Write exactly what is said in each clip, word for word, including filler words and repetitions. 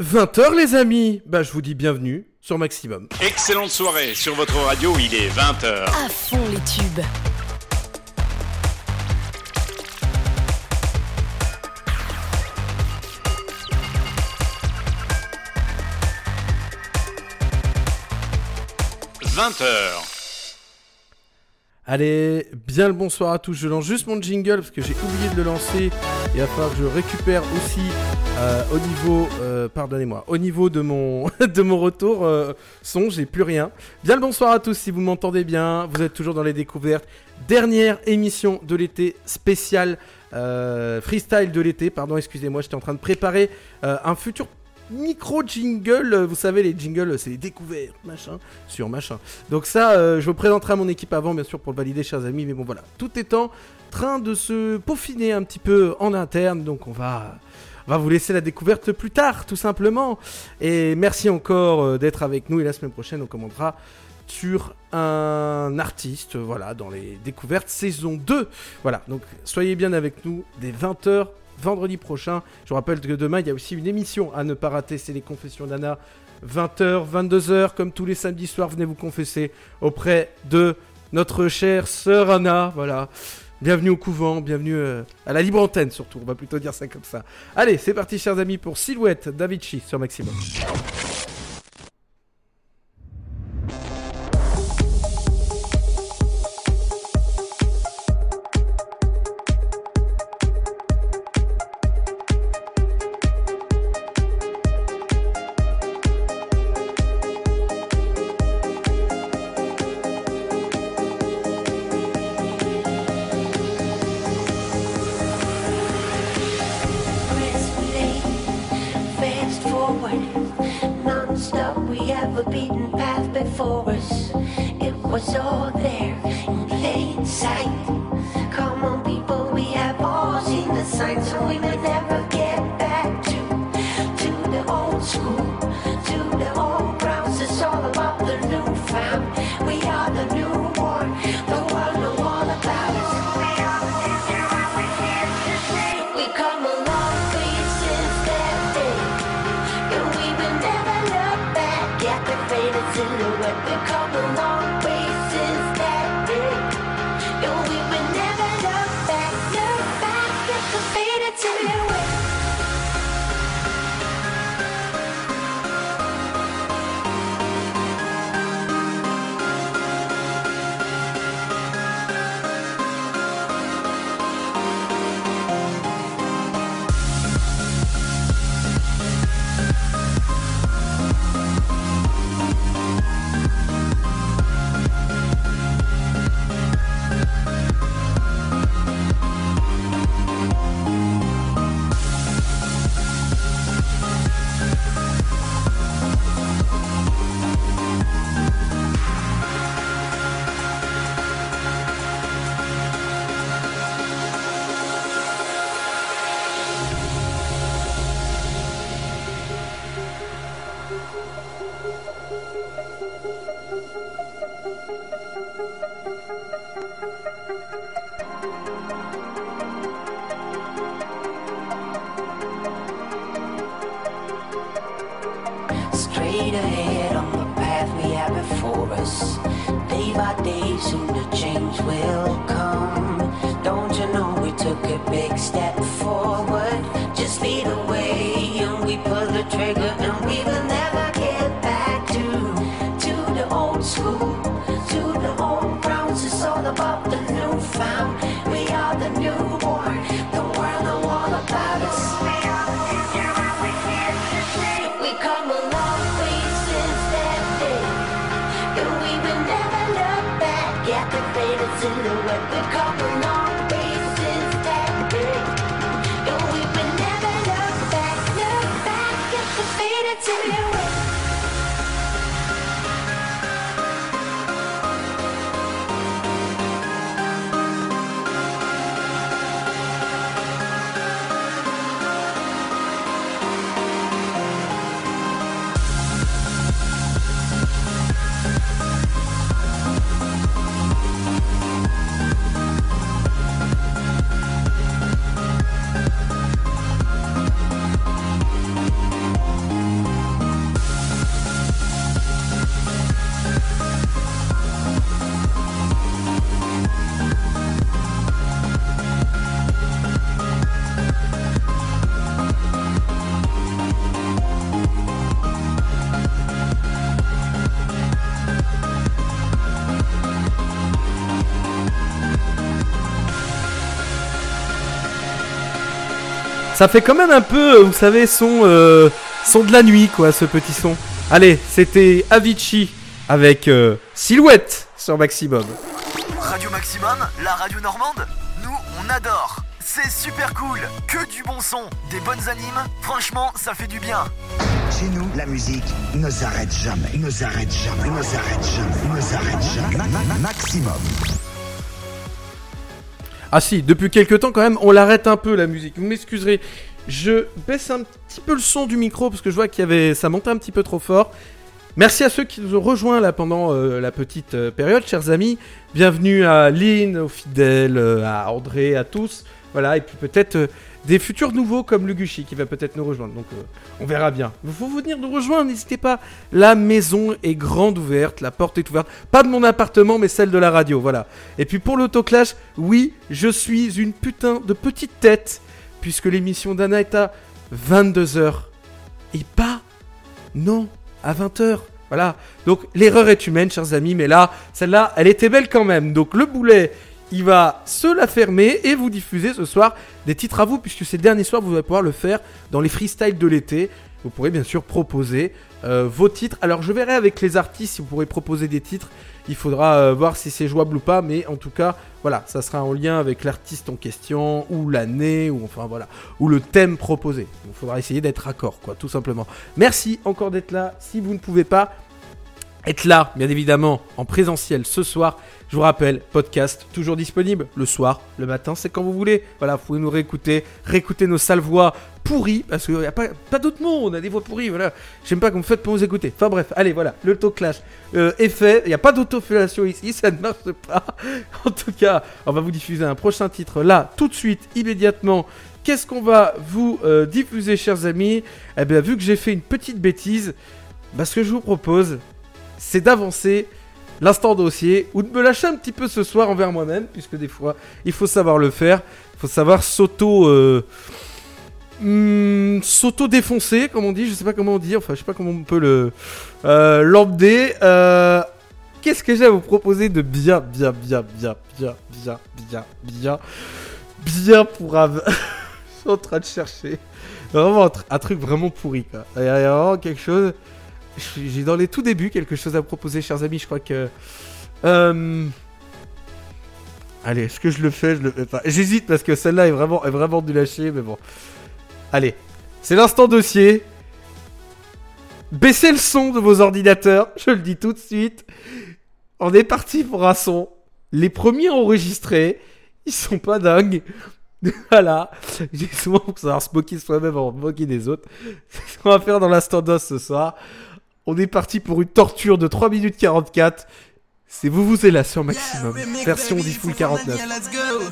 vingt heures les amis, bah je vous dis bienvenue sur Maximum. Excellente soirée sur votre radio, il est vingt heures. À fond les tubes. vingt heures. Allez, bien le bonsoir à tous, je lance juste mon jingle parce que j'ai oublié de le lancer et il va falloir que je récupère aussi euh, au niveau, euh, pardonnez-moi, au niveau de mon, de mon retour euh, son, j'ai plus rien. Bien le bonsoir à tous si vous m'entendez bien, vous êtes toujours dans les découvertes. Dernière émission de l'été spéciale euh, freestyle de l'été, pardon excusez-moi, j'étais en train de préparer euh, un futur micro-jingle, vous savez les jingles c'est les découvertes, machin, sur machin. Donc ça, euh, je vous présenterai à mon équipe avant bien sûr pour le valider chers amis, mais bon voilà. Tout est en train de se peaufiner un petit peu en interne, donc on va, on va vous laisser la découverte plus tard tout simplement. Et merci encore euh, d'être avec nous et la semaine prochaine on commentera sur un artiste, voilà, dans les découvertes saison deux. Voilà, donc soyez bien avec nous dès vingt heures. Vendredi prochain, je vous rappelle que demain il y a aussi une émission à ne pas rater, c'est les confessions d'Anna, vingt heures, vingt-deux heures, comme tous les samedis soirs, venez vous confesser auprès de notre chère sœur Anna, voilà, bienvenue au couvent, bienvenue euh, à la libre antenne surtout, on va plutôt dire ça comme ça. Allez, c'est parti chers amis pour Silhouette d'Avicii sur Maximum. Ça fait quand même un peu, vous savez, son, euh, son de la nuit, quoi, ce petit son. Allez, c'était Avicii avec euh, Silhouette sur Maximum. Radio Maximum, la radio normande, nous on adore. C'est super cool, que du bon son, des bonnes animes, franchement ça fait du bien. Chez nous, la musique ne s'arrête jamais, ne s'arrête jamais, ne s'arrête jamais, ne s'arrête jamais. Ma- ma- Maximum. Ah si, depuis quelques temps quand même, on l'arrête un peu la musique. Vous m'excuserez, je baisse un petit peu le son du micro parce que je vois qu'il y avait, ça montait un petit peu trop fort. Merci à ceux qui nous ont rejoints là pendant euh, la petite euh, période, chers amis. Bienvenue à Lynn, aux fidèles, euh, à André, à tous. Voilà, et puis peut-être euh, des futurs nouveaux comme Luguchi qui va peut-être nous rejoindre. Donc euh, on verra bien. Il faut venir nous rejoindre, n'hésitez pas. La maison est grande ouverte, la porte est ouverte. Pas de mon appartement, mais celle de la radio, voilà. Et puis pour l'autoclash, oui, je suis une putain de petite tête, puisque l'émission d'Anna est à vingt-deux heures. Et pas, non, à vingt heures. Voilà. Donc l'erreur est humaine, chers amis, mais là, celle-là, elle était belle quand même. Donc le boulet, il va se la fermer et vous diffuser ce soir des titres à vous, puisque c'est le dernier soir, vous allez pouvoir le faire dans les freestyles de l'été. Vous pourrez bien sûr proposer euh, vos titres. Alors je verrai avec les artistes si vous pourrez proposer des titres. Il faudra euh, voir si c'est jouable ou pas, mais en tout cas, voilà, ça sera en lien avec l'artiste en question, ou l'année, ou enfin voilà, ou le thème proposé. Il faudra essayer d'être raccord, quoi, tout simplement. Merci encore d'être là. Si vous ne pouvez pas être là, bien évidemment, en présentiel ce soir, je vous rappelle, podcast toujours disponible le soir, le matin, c'est quand vous voulez. Voilà, vous pouvez nous réécouter, réécouter nos sales voix pourries, parce qu'il n'y a pas, pas d'autres mots, on a des voix pourries, voilà. J'aime pas qu'on me faites pour nous écouter. Enfin bref, allez, voilà, le l'autoclash euh, est fait, il n'y a pas d'autofellation ici, ça ne marche pas. En tout cas, on va vous diffuser un prochain titre là, tout de suite, immédiatement. Qu'est-ce qu'on va vous euh, diffuser, chers amis ? Eh bien, vu que j'ai fait une petite bêtise, bah, ce que je vous propose, c'est d'avancer l'instant dossier ou de me lâcher un petit peu ce soir envers moi-même, puisque des fois il faut savoir le faire, il faut savoir s'auto euh, hmm, s'auto défoncer comme on dit, je sais pas comment on dit, enfin je sais pas comment on peut le euh, l'emmener. Euh, qu'est-ce que j'ai à vous proposer de bien bien bien bien bien bien bien bien bien pour av... je suis en train de chercher vraiment un, tr- un truc vraiment pourri quoi. Il y a vraiment quelque chose. J'ai dans les tout débuts quelque chose à proposer, chers amis. Je crois que. Euh... Allez, est-ce que je le fais ? Je le fais pas. J'hésite parce que celle-là est vraiment, est vraiment du lâcher, mais bon. Allez, c'est l'instant dossier. Baissez le son de vos ordinateurs, je le dis tout de suite. On est parti pour un son. Les premiers enregistrés, ils sont pas dingues. Voilà, j'ai souvent pour savoir se moquer de soi-même avant de moquer des autres. C'est ce qu'on va faire dans l'instant dos ce soir. On est parti pour une torture de trois minutes quarante-quatre. C'est vous vous êtes là sur Maximum, yeah, version Diffoul quarante-neuf. Yeah, let's go.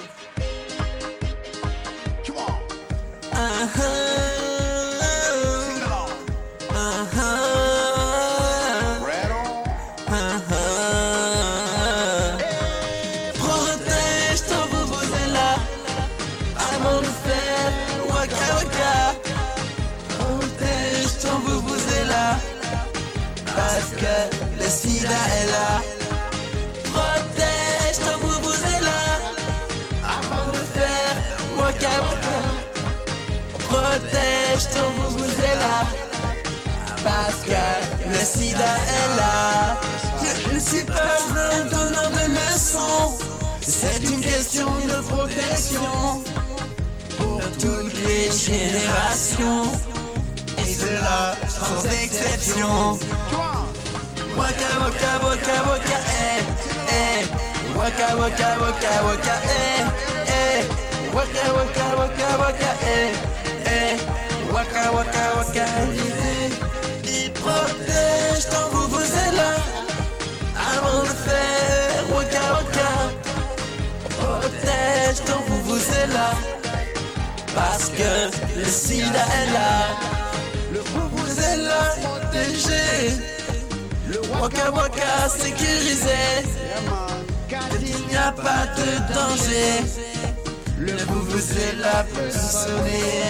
Parce que le sida est là. Protège ton boubou est là. Avant de faire waka waka. Protège ton boubou est là. Parce que le sida est là. Je ne suis pas un donneur de leçons. C'est une question de protection. Pour toutes les générations. Et cela sans exception. Waka waka waka waka eh eh. Waka waka waka waka eh eh. Waka waka waka waka eh eh. Waka waka waka. Il protège ton vuvuzela avant de faire waka waka. Protège ton vuvuzela parce que le sida est là. Le vuvuzela protégé. Le waka waka sécurisé. Il n'y a pas de danger. Le vuvuzela peut sonner.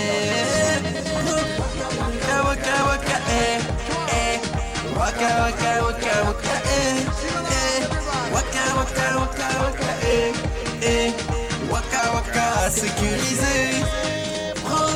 Waka waka waka eh eh. Waka waka waka waka eh eh. Waka waka waka waka eh eh. Waka waka sécurisé.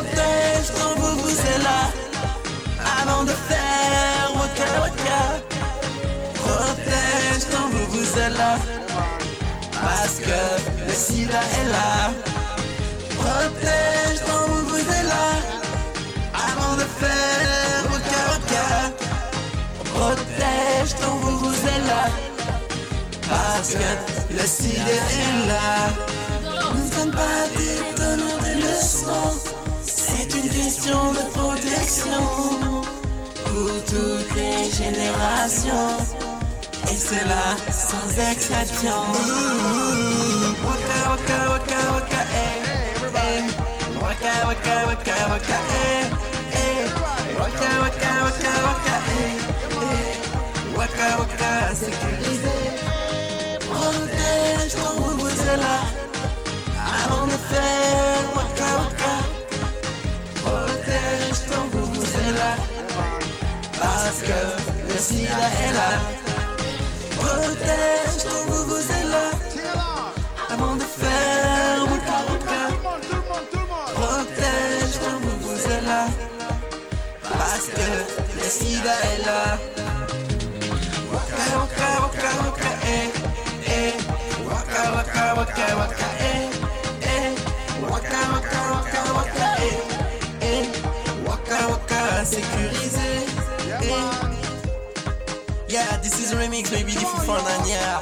faire waka waka. Protège ton vuvuzela, parce que le sida est là. Protège ton vuvuzela avant de faire waka waka. Protège ton vuvuzela, parce que le sida est là. Nous ne sommes pas des donneurs de leçons, c'est une question de protection pour toutes les générations, et c'est là sans exception. Waka waka waka waka eh, eh. Waka waka waka waka eh, eh. Waka waka waka waka eh, eh. Waka waka sécurisé. Protège ton vuvuzela avant de faire waka waka. Protège ton vuvuzela, parce que le sida est là. Protège ton vuvuzela avant de faire waka waka. Protège ton vuvuzela, parce que le sida est là. Waka waka waka waka eh, eh. Waka waka waka waka eh, eh. Waka waka waka waka eh, eh. Waka waka sécurisé eh. Yeah, this is a remix, maybe different from that, yeah.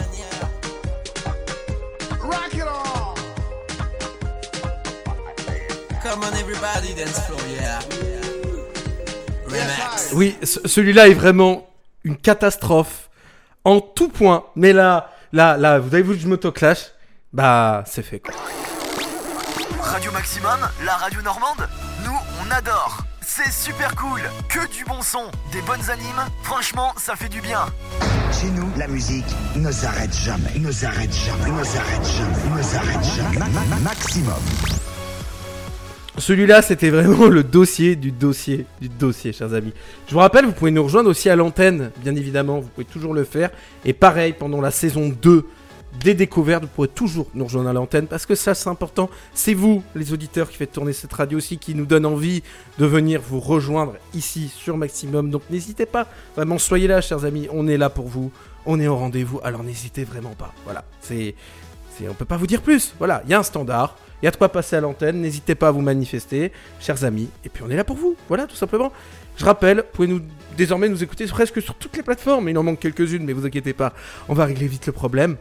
Rock it on. Come on everybody, dance floor, yeah. Remix. Oui, ce- celui-là est vraiment une catastrophe en tout point. Mais là, là, là, vous avez vu que je m'autoclash. Bah, c'est fait quoi. Radio Maximum, la radio normande, nous on adore. C'est super cool, que du bon son, des bonnes animes, franchement ça fait du bien. Chez nous, la musique ne s'arrête jamais, ne s'arrête jamais, ne s'arrête jamais, ne s'arrête jamais. Ma- ma- ma- Maximum. Celui-là, c'était vraiment le dossier du dossier du dossier, chers amis. Je vous rappelle, vous pouvez nous rejoindre aussi à l'antenne, bien évidemment. Vous pouvez toujours le faire. Et pareil, pendant la saison deux des découvertes, vous pourrez toujours nous rejoindre à l'antenne. Parce que ça, c'est important. C'est vous, les auditeurs, qui faites tourner cette radio aussi, qui nous donne envie de venir vous rejoindre ici sur Maximum. Donc n'hésitez pas. Vraiment, soyez là, chers amis. On est là pour vous. On est au rendez-vous. Alors n'hésitez vraiment pas. Voilà. C'est... c'est... On peut pas vous dire plus. Voilà. Il y a un standard. Il y a de quoi passer à l'antenne, n'hésitez pas à vous manifester, chers amis, et puis on est là pour vous, voilà, tout simplement. Je rappelle, vous pouvez nous, désormais nous écouter presque sur toutes les plateformes, il en manque quelques-unes, mais vous inquiétez pas, on va régler vite le problème.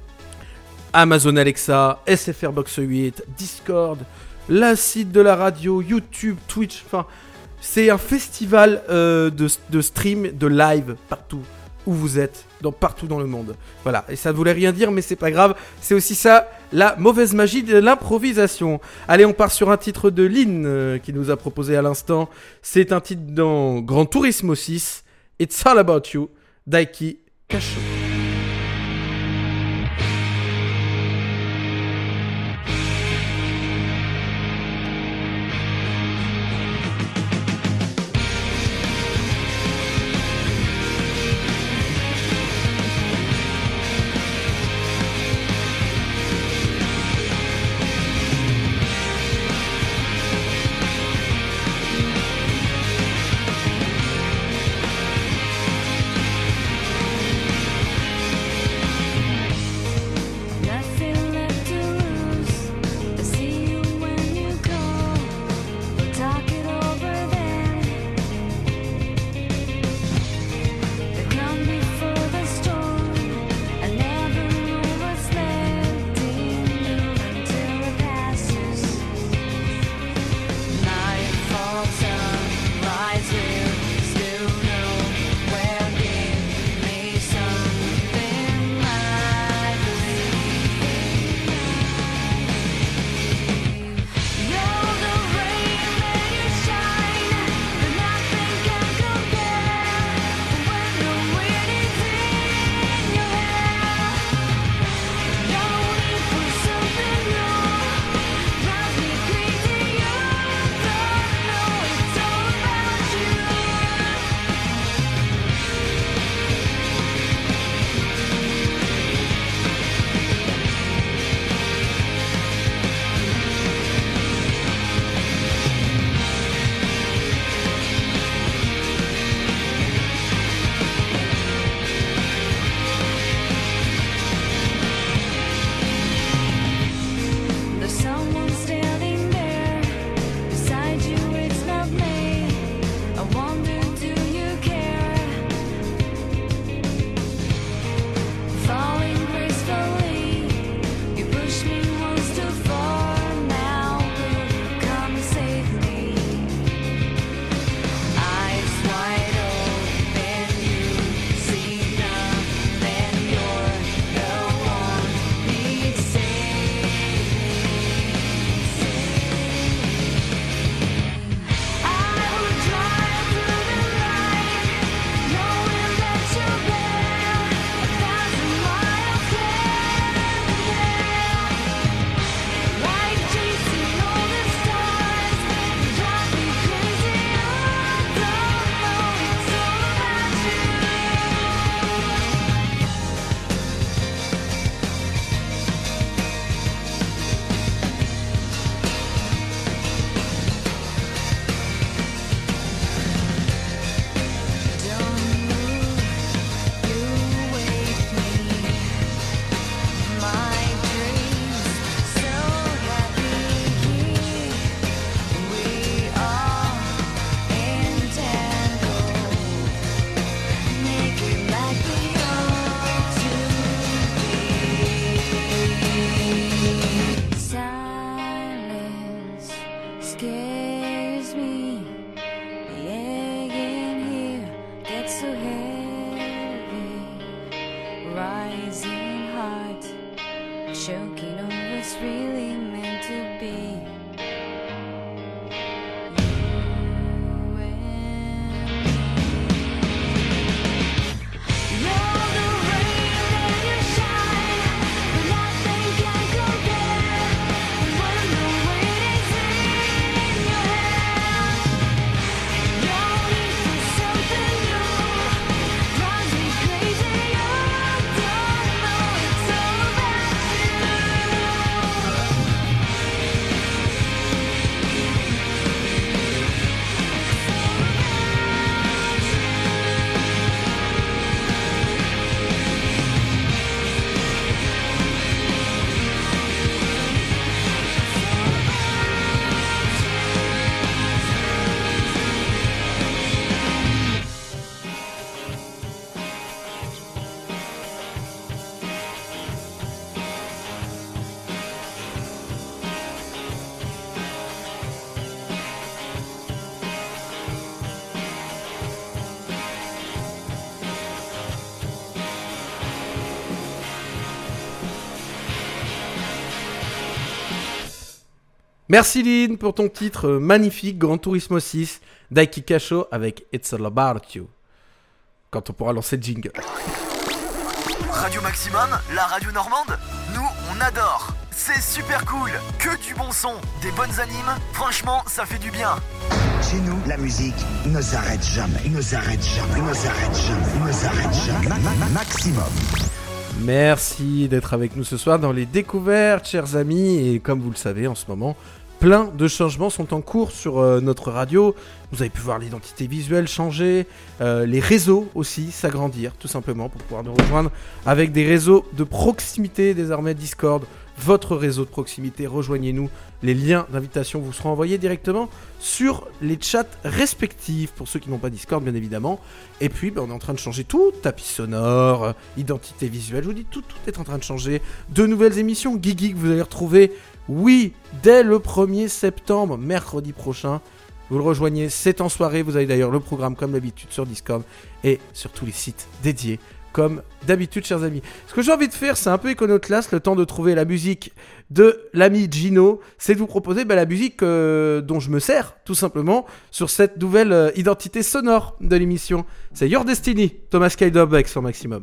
Amazon Alexa, S F R Box huit, Discord, la site de la radio, YouTube, Twitch, enfin, c'est un festival euh, de, de stream, de live, partout où vous êtes, dans, partout dans le monde. Voilà, et ça ne voulait rien dire, mais c'est pas grave, c'est aussi ça, la mauvaise magie de l'improvisation. Allez, on part sur un titre de Lynn, euh, qui nous a proposé à l'instant. C'est un titre dans Gran Turismo six, It's All About You, Daiki Kasho. Protège Merci Lynn pour ton titre euh, magnifique, Gran Turismo six, Daiki Kasho avec It's All About You. Quand on pourra lancer le jingle. Radio Maximum, la radio normande, nous on adore. C'est super cool, que du bon son, des bonnes animes, franchement ça fait du bien. Chez nous, la musique ne s'arrête jamais, ne s'arrête jamais, ne s'arrête jamais, ne s'arrête jamais. Ma- ma- ma- maximum. Merci d'être avec nous ce soir dans les découvertes, chers amis. Et comme vous le savez, en ce moment, plein de changements sont en cours sur euh, notre radio. Vous avez pu voir l'identité visuelle changer, euh, les réseaux aussi s'agrandir, tout simplement, pour pouvoir nous rejoindre avec des réseaux de proximité, désormais Discord, votre réseau de proximité. Rejoignez-nous. Les liens d'invitation vous seront envoyés directement sur les chats respectifs, pour ceux qui n'ont pas Discord, bien évidemment. Et puis, ben, on est en train de changer tout, tapis sonore, euh, identité visuelle, je vous dis, tout, tout est en train de changer. De nouvelles émissions, Guigui, que vous allez retrouver, oui, dès le premier septembre, mercredi prochain. Vous le rejoignez, c'est en soirée. Vous avez d'ailleurs le programme, comme d'habitude, sur Discord et sur tous les sites dédiés, comme d'habitude, chers amis. Ce que j'ai envie de faire, c'est un peu iconoclaste, le temps de trouver la musique de l'ami Gino. C'est de vous proposer bah, la musique euh, dont je me sers, tout simplement, sur cette nouvelle euh, identité sonore de l'émission. C'est Your Destiny, Thomas Skydub sur Maximum.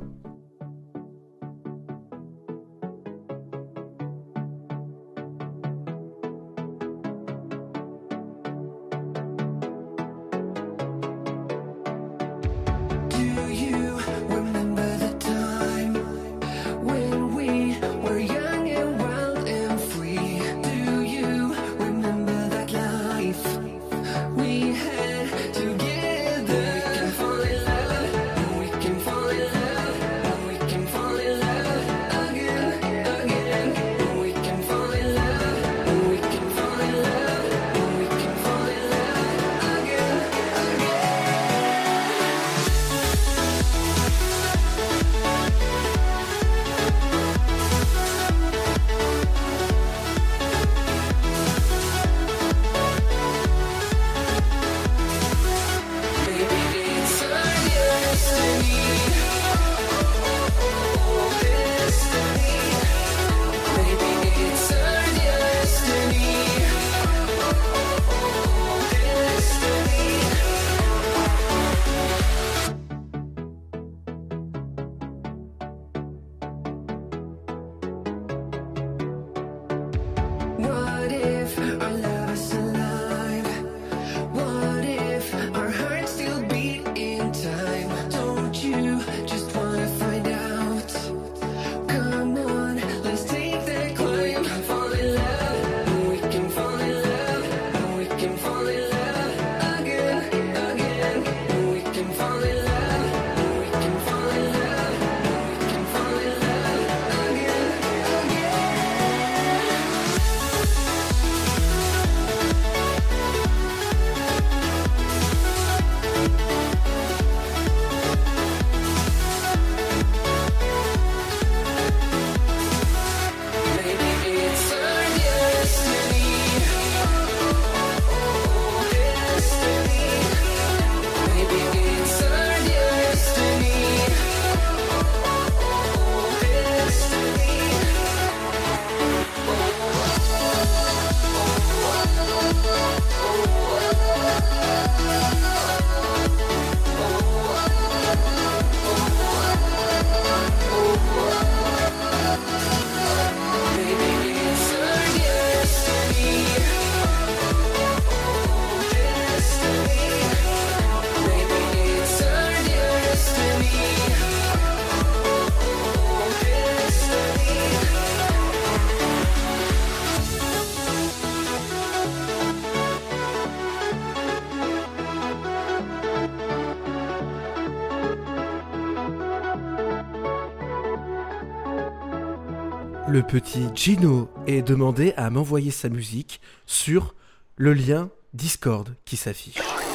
Le petit Gino est demandé à m'envoyer sa musique sur le lien Discord qui s'affiche.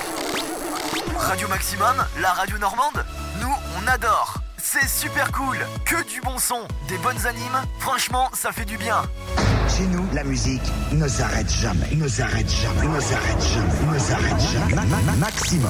Radio Maximum, la radio normande, nous on adore. C'est super cool, que du bon son, des bonnes animes, franchement ça fait du bien. Chez nous, la musique ne s'arrête jamais, ne s'arrête jamais, ne s'arrête jamais, ne s'arrête jamais. Ma- ma- ma- maximum.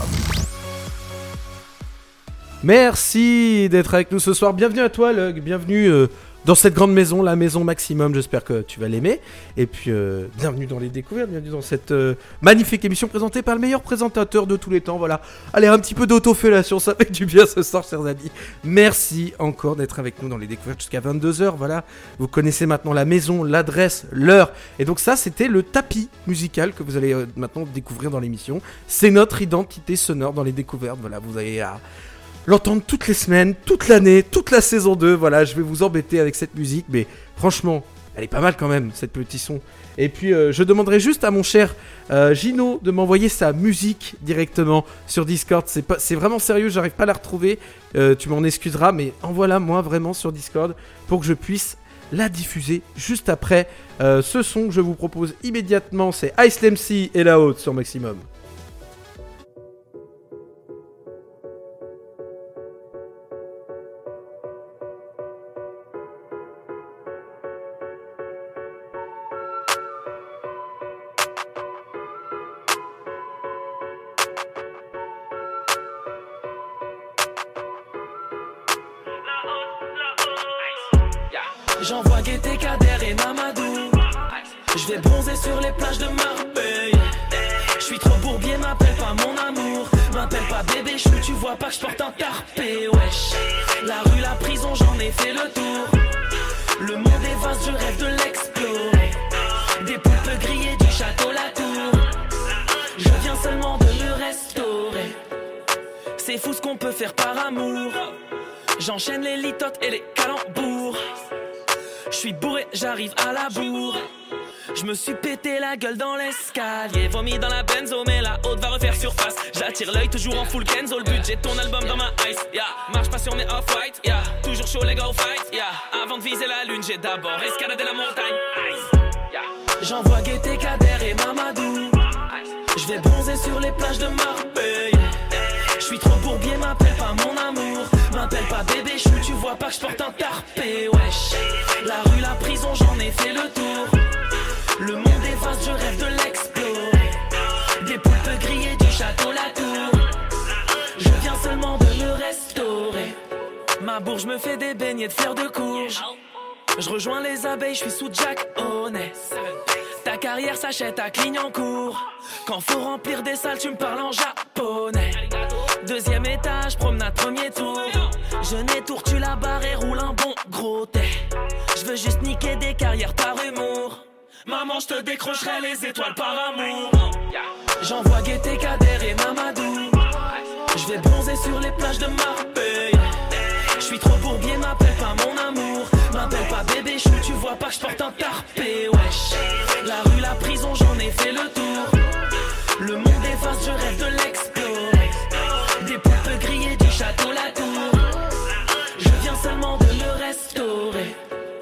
Merci d'être avec nous ce soir. Bienvenue à toi, Lug. Bienvenue euh, dans cette grande maison, la maison Maximum. J'espère que tu vas l'aimer. Et puis, euh, bienvenue dans les découvertes, bienvenue dans cette euh, magnifique émission présentée par le meilleur présentateur de tous les temps. Voilà, allez, un petit peu d'autofellation, ça fait du bien ce soir, chers amis. Merci encore d'être avec nous dans les découvertes jusqu'à vingt-deux heures. Voilà, vous connaissez maintenant la maison, l'adresse, l'heure. Et donc ça, c'était le tapis musical que vous allez euh, maintenant découvrir dans l'émission. C'est notre identité sonore dans les découvertes. Voilà, vous allez... à l'entendre toutes les semaines, toute l'année, toute la saison deux, voilà, je vais vous embêter avec cette musique, mais franchement, elle est pas mal quand même, cette petit son. Et puis, euh, je demanderai juste à mon cher euh, Gino de m'envoyer sa musique directement sur Discord, c'est, pas, c'est vraiment sérieux, j'arrive pas à la retrouver, euh, tu m'en excuseras, mais envoie-la moi vraiment sur Discord pour que je puisse la diffuser juste après euh, ce son que je vous propose immédiatement, c'est Ice M C et la haute sur Maximum. J'envoie Gaieté, Kader et Mamadou. Je vais bronzer sur les plages de Marbella. Je suis trop bourbier, m'appelle pas mon amour. M'appelle pas bébé chou, tu vois pas que je porte un tarpé, wesh. La rue, la prison, j'en ai fait le tour. Le monde est vaste, je rêve de l'explorer. Des poulpes grillées du château La Tour. Je viens seulement de me restaurer. C'est fou ce qu'on peut faire par amour. J'enchaîne les litotes et les calembours. Je suis bourré, j'arrive à la bourre. Je me suis pété la gueule dans l'escalier. Vomi dans la benzo, mais la haute va refaire surface. J'attire l'œil toujours en full Kenzo. Le budget de ton album dans ma ice, yeah. Marche pas sur mes off-white, yeah. Toujours chaud les go fight, yeah. Avant de viser la lune, j'ai d'abord escaladé la montagne, ice, yeah. J'envoie Gaieté, Kader et Mamadou. Je vais bronzer sur les plages de Marbella. Je suis trop bourbier, m'appelle pas mon amour. M'appelle pas bébé chou, tu vois pas que je porte un tarpé, wesh. La rue, la prison, j'en ai fait le tour. Le monde est vaste, je rêve de l'explorer. Des poulpes grillées du château La Tour. Je viens seulement de me restaurer. Ma bourge me fait des beignets de fleurs de courge. Je rejoins les abeilles, je suis sous Jack Honest. Ta carrière s'achète à Clignancourt. Quand faut remplir des salles, tu me parles en japonais. Deuxième étage, promenade, premier tour. Je n'étourne, tu la barre et roule un bon gros thé. Je veux juste niquer des carrières par humour. Maman, je te décrocherai les étoiles par amour. J'envoie Gaieté, Kader et Mamadou. Je vais bronzer sur les plages de Marbella. Je suis trop bourbier, m'appelle pas mon amour. M'appelle pas bébé chou, tu vois pas que je porte un tarpé, wesh. La rue, la prison, j'en ai fait le tour. Le monde est vaste, je rêve de l'explorer. Des poulpes grillées du château La Tour. Je viens seulement de me restaurer.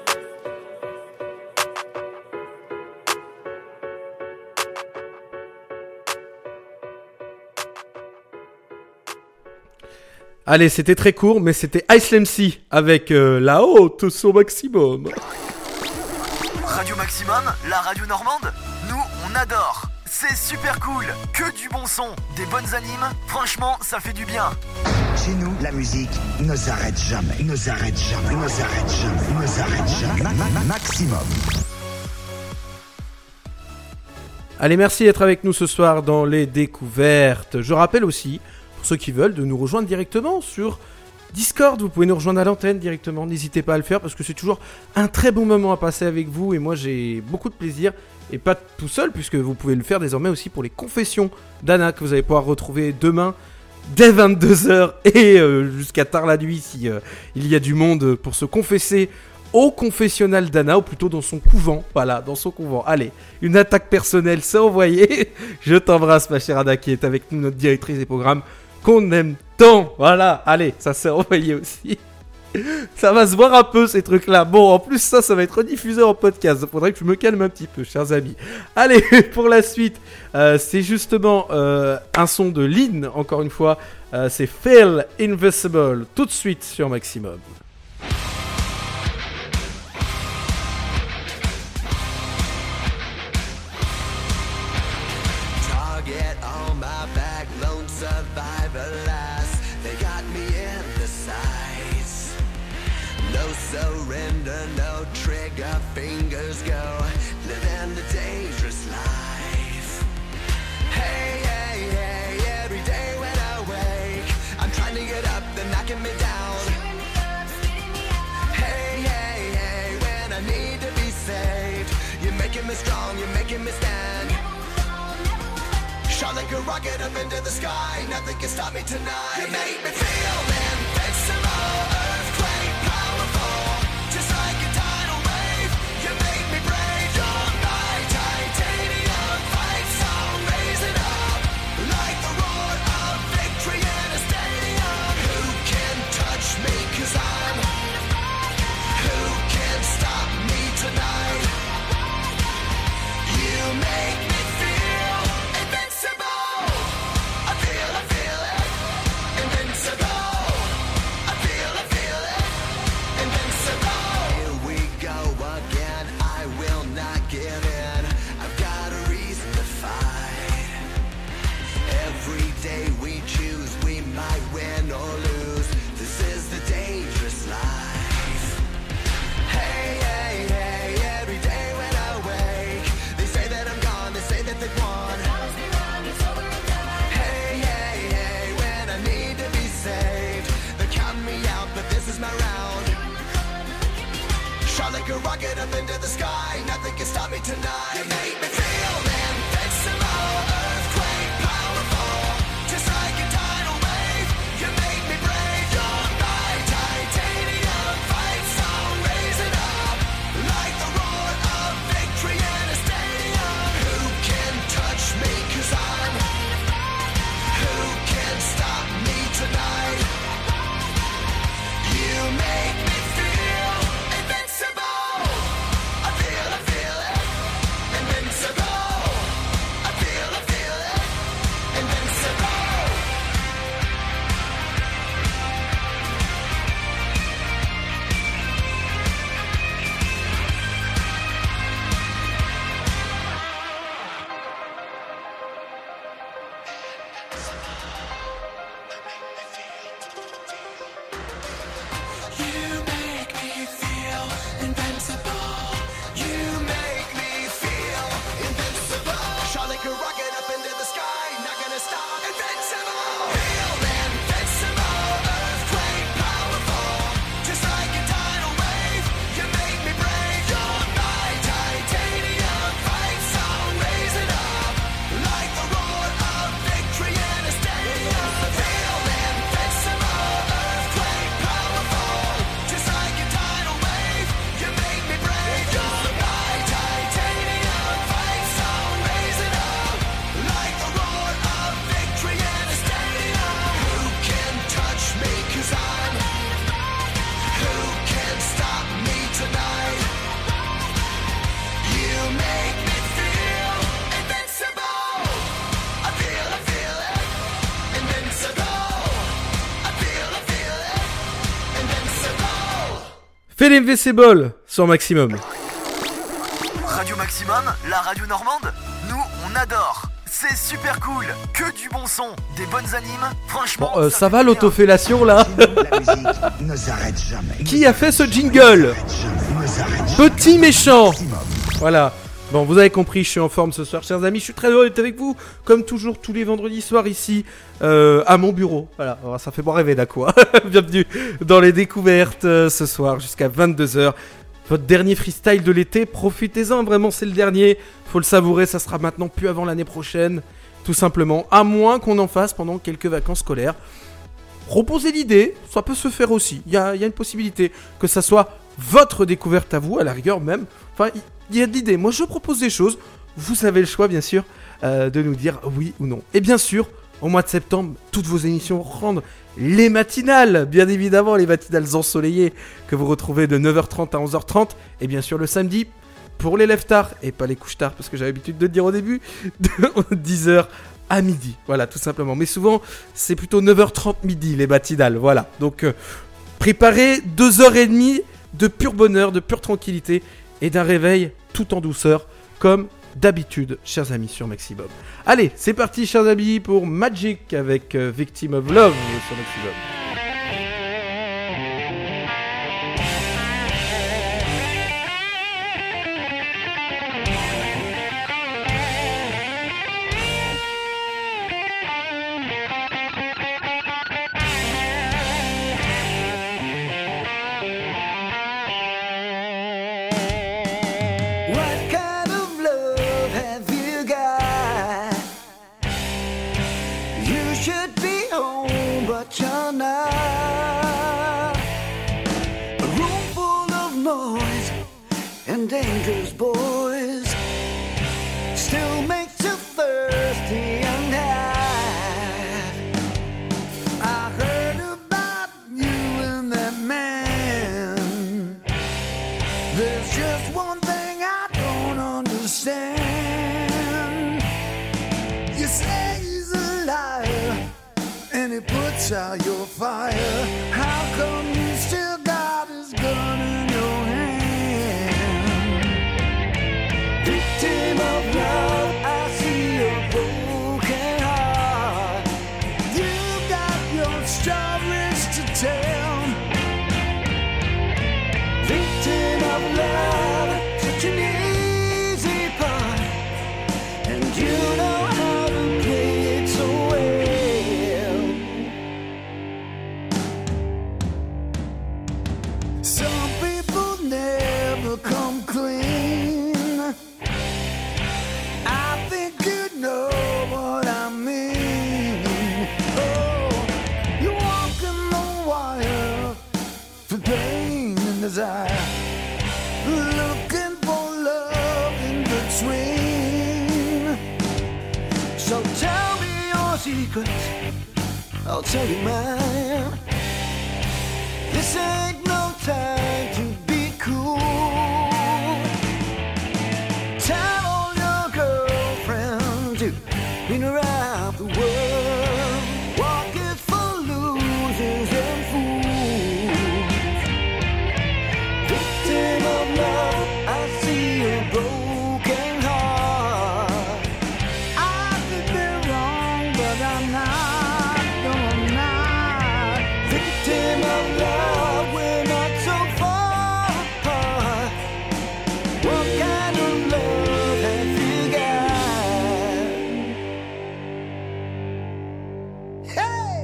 Allez, c'était très court, mais c'était Ice M C avec euh, la haute sur Maximum. Radio Maximum, la radio normande, nous on adore. C'est super cool, que du bon son, des bonnes animes, franchement ça fait du bien. Chez nous, la musique ne s'arrête jamais, ne s'arrête jamais, ne s'arrête jamais, ne s'arrête jamais. Ma- ma- Maximum. Allez, merci d'être avec nous ce soir dans les découvertes. Je rappelle aussi, pour ceux qui veulent, de nous rejoindre directement sur Discord. Vous pouvez nous rejoindre à l'antenne directement, n'hésitez pas à le faire parce que c'est toujours un très bon moment à passer avec vous et moi j'ai beaucoup de plaisir. Et pas tout seul, puisque vous pouvez le faire désormais aussi pour les confessions d'Anna que vous allez pouvoir retrouver demain dès vingt-deux heures et euh, jusqu'à tard la nuit si euh, il y a du monde pour se confesser au confessionnal d'Anna, ou plutôt dans son couvent. Voilà, dans son couvent. Allez, une attaque personnelle, c'est envoyé. Je t'embrasse, ma chère Anna, qui est avec nous, notre directrice des programmes, qu'on aime tant. Voilà, allez, ça s'est envoyé aussi. Ça va se voir un peu ces trucs-là. Bon, en plus ça, ça va être rediffusé en podcast. Il faudrait que je me calme un petit peu, chers amis. Allez, pour la suite, euh, c'est justement euh, un son de Lynn, encore une fois. Euh, c'est Feel Invisible, tout de suite sur Maximum. Target on my back, lone survivor last. They got me in the sights. No surrender, no trigger, fingers go, living the dangerous life. Hey, hey, hey, every day when I wake, I'm trying to get up, they're knocking me down. Hey, hey, hey, when I need to be saved, you're making me strong, you're making me stand. Shot like a rocket up into the sky, nothing can stop me tonight. You make me feel invincible, earthquake powerful, just like a tidal wave. You make me brave, you're my titanium fight song, raise it up like the roar of victory in a stadium. Who can touch me, cause I'm, who can stop me tonight? You make me feel invincible. I feel, I feel it, invincible. I feel, I feel it, invincible. Here we go again, I will not give in. I've got a reason to fight. Every day we choose, we might win or lose. This is the dangerous life. Hey, hey, hey, every day when I wake, they say that I'm gone, they say that they've won. Hey, hey, hey, when I need to be saved, they're counting me out, but this is my round. Shot like a rocket up into the sky, nothing can stop me tonight. You make me feel invincible, earthquake powerful, just like a tidal wave. You make me brave, you're my titanium fight song, raise it up like the roar of victory in a stadium. Who can touch me, cause I'm, who can stop me tonight? You make me feel invincible. I feel, I feel it, invincible. I feel, I feel it, invincible. You make me feel invincible. You make me feel invincible. Shot like a rocket up into the sky, not gonna stop. Invincible. Feel invincible, earthquake powerful, just like a tidal wave. You make me brave, you're my titanium fight song, raise it up like the roar of victory in a stadium. Feel invincible, earthquake powerful, just like a tidal wave. You make me brave, you're my titanium fight song, raise it up like the roar of victory in a stadium. Who can touch me, cause I'm, who can stop me tonight? You make me feel invincible. I feel, I feel it, invincible. I feel, I feel it, invincible. Fais l'invisible sur Maximum. Radio Maximum, la radio normande, nous on adore. C'est super cool, que du bon son, des bonnes animes, franchement. Bon, euh, ça fait va du bien. l'autofellation là? La musique ne s'arrête jamais. Qui a fait ce jingle? Ne s'arrête jamais. Petit méchant. Voilà. Bon, vous avez compris, je suis en forme ce soir, chers amis. Je suis très heureux d'être avec vous, comme toujours, tous les vendredis soirs ici, euh, à mon bureau. Voilà, alors, ça fait bon rêver d'un quoi. Bienvenue dans les découvertes euh, ce soir jusqu'à vingt-deux heures. Votre dernier freestyle de l'été, profitez-en, vraiment, c'est le dernier. Faut le savourer, ça sera maintenant plus avant l'année prochaine, tout simplement. À moins qu'on en fasse pendant quelques vacances scolaires. Reposez l'idée, ça peut se faire aussi. Il y a, il y a une possibilité que ça soit votre découverte à vous, à la rigueur même. Enfin, il il y a de l'idée. Moi, je propose des choses. Vous avez le choix, bien sûr, euh, de nous dire oui ou non. Et bien sûr, au mois de septembre, toutes vos émissions rendent les matinales. Bien évidemment, les matinales ensoleillées que vous retrouvez de neuf heures trente à onze heures trente. Et bien sûr, le samedi, pour les lève tard et pas les couches tard, parce que j'avais l'habitude de le dire au début, de dix heures à midi. Voilà, tout simplement. Mais souvent, c'est plutôt neuf heures trente midi, les matinales. Voilà. Donc, euh, préparez deux heures trente de pur bonheur, de pure tranquillité et d'un réveil tout en douceur, comme d'habitude, chers amis, sur Maximum. Allez, c'est parti, chers amis, pour Magic avec euh, Victim of Love sur Maximum. push out your fire. How come you still got this gun in your hand? Victim of love, I see your broken heart. You got your stories to tell. Victim of love, such an easy part, and you know how to play it so well. Some people never come clean. I think you know what I mean. Oh, you're walking the wire for pain and desire, looking for love in between. So tell me your secrets, I'll tell you mine. This ain't no time to be cool. Tell all your girlfriends to been around the world. Walk it for losers and fools. Victim of love, I see a broken heart. I could be wrong, but I'm not, no I'm not. Victim of love, we're not so far apart. What kind of love have you got? Hey!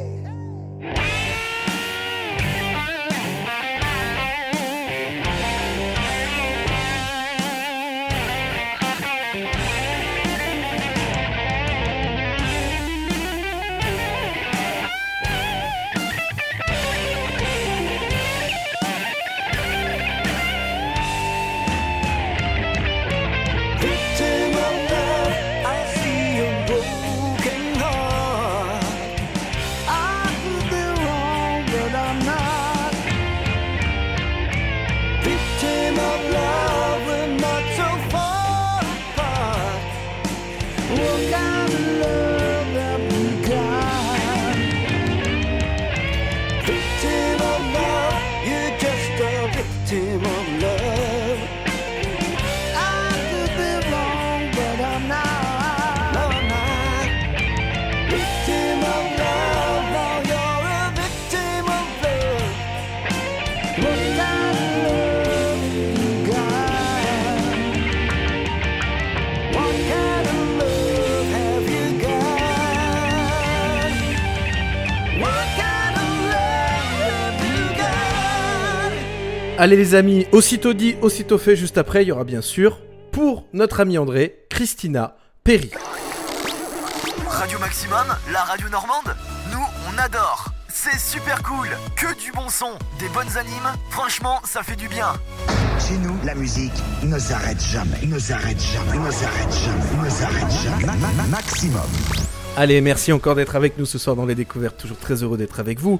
Victim of love, I see a broken heart. I could be wrong, but I'm not. Victim of love, we're not so far apart. What kind of love have we got? Victim of love, you're just a victim of love. I could be wrong, but I'm not. No, I'm not. Victim of love, now you're a victim of love. What kind of love you got? What kind of love have you got? What kind of love have you got? Allez les amis, aussitôt dit, aussitôt fait, juste après, il y aura bien sûr, pour notre ami André, Christina Perry. Radio Maximum, la radio normande, nous on adore. C'est super cool, que du bon son, des bonnes animes, franchement ça fait du bien. Chez nous, la musique ne s'arrête jamais, ne s'arrête jamais, ne s'arrête jamais, ne s'arrête jamais. Ma- ma- ma- maximum. Allez, merci encore d'être avec nous ce soir dans les découvertes, toujours très heureux d'être avec vous.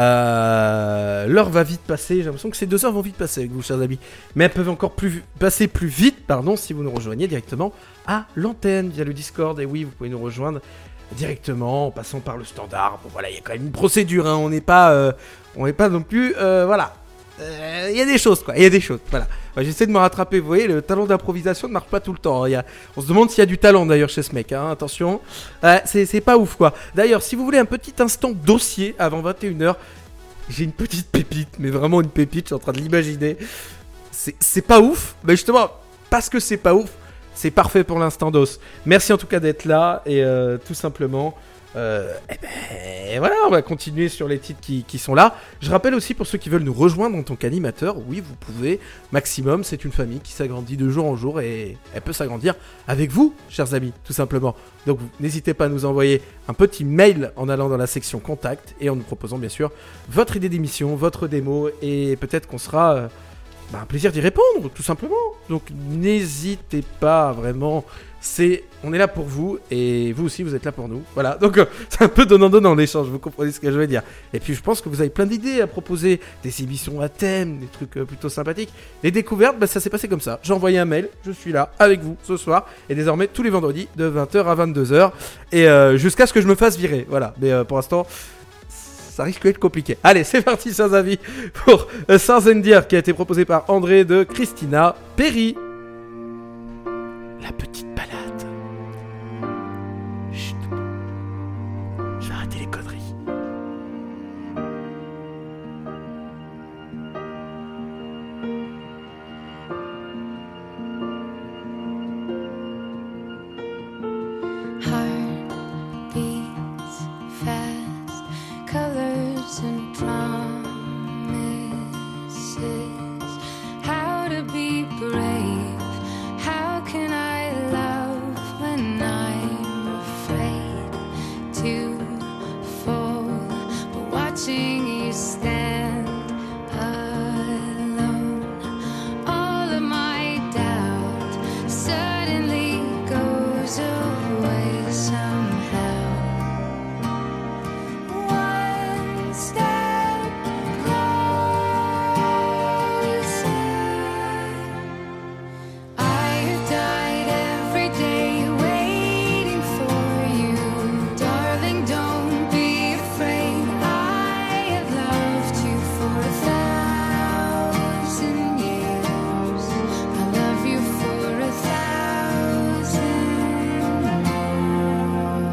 Euh, l'heure va vite passer, j'ai l'impression que ces deux heures vont vite passer avec vous, chers amis. Mais elles peuvent encore plus passer plus vite, pardon, si vous nous rejoignez directement à l'antenne via le Discord. Et oui, vous pouvez nous rejoindre directement en passant par le standard. Bon voilà, il y a quand même une procédure, hein. on n'est pas, euh, on n'est pas non plus, euh, voilà. Il euh, y a des choses quoi, il y a des choses, voilà. Enfin, j'essaie de me rattraper, vous voyez, le talent d'improvisation ne marche pas tout le temps. Hein. Y a... On se demande s'il y a du talent d'ailleurs chez ce mec, hein. Attention. Euh, c'est, c'est pas ouf quoi. D'ailleurs, si vous voulez un petit instant dossier avant vingt et une heures, j'ai une petite pépite, mais vraiment une pépite, je suis en train de l'imaginer. C'est, c'est pas ouf, mais justement, parce que c'est pas ouf, c'est parfait pour l'instant d'os. Merci en tout cas d'être là et euh, tout simplement... Euh, et ben voilà, on va continuer sur les titres qui, qui sont là. Je rappelle aussi pour ceux qui veulent nous rejoindre en tant qu'animateur, oui vous pouvez, Maximum c'est une famille qui s'agrandit de jour en jour et elle peut s'agrandir avec vous chers amis, tout simplement. Donc vous, n'hésitez pas à nous envoyer un petit mail en allant dans la section contact et en nous proposant bien sûr votre idée d'émission, votre démo et peut-être qu'on sera euh, bah, un plaisir d'y répondre tout simplement. Donc n'hésitez pas vraiment. C'est, on est là pour vous et vous aussi vous êtes là pour nous. Voilà, donc euh, c'est un peu donnant-donnant l'échange, vous comprenez ce que je veux dire. Et puis je pense que vous avez plein d'idées à proposer, des émissions à thème, des trucs euh, plutôt sympathiques. Les découvertes, bah, ça s'est passé comme ça. J'ai envoyé un mail, je suis là avec vous ce soir et désormais tous les vendredis de vingt heures à vingt-deux heures et euh, jusqu'à ce que je me fasse virer. Voilà, mais euh, pour l'instant, ça risque d'être compliqué. Allez, c'est parti, sans avis, pour A Thousand Years, qui a été proposé par André de Christina Perry. La petite balade. Chut. Je vais arrêter les conneries. Heart beats fast, colors and promises. How to be brave? How can I love when I'm afraid to fall? But watching you stand alone, all of my doubt suddenly goes away somehow. One step closer. I have died every day waiting for you, darling. Don't be afraid. I have loved you for a thousand years. I love you for a thousand more.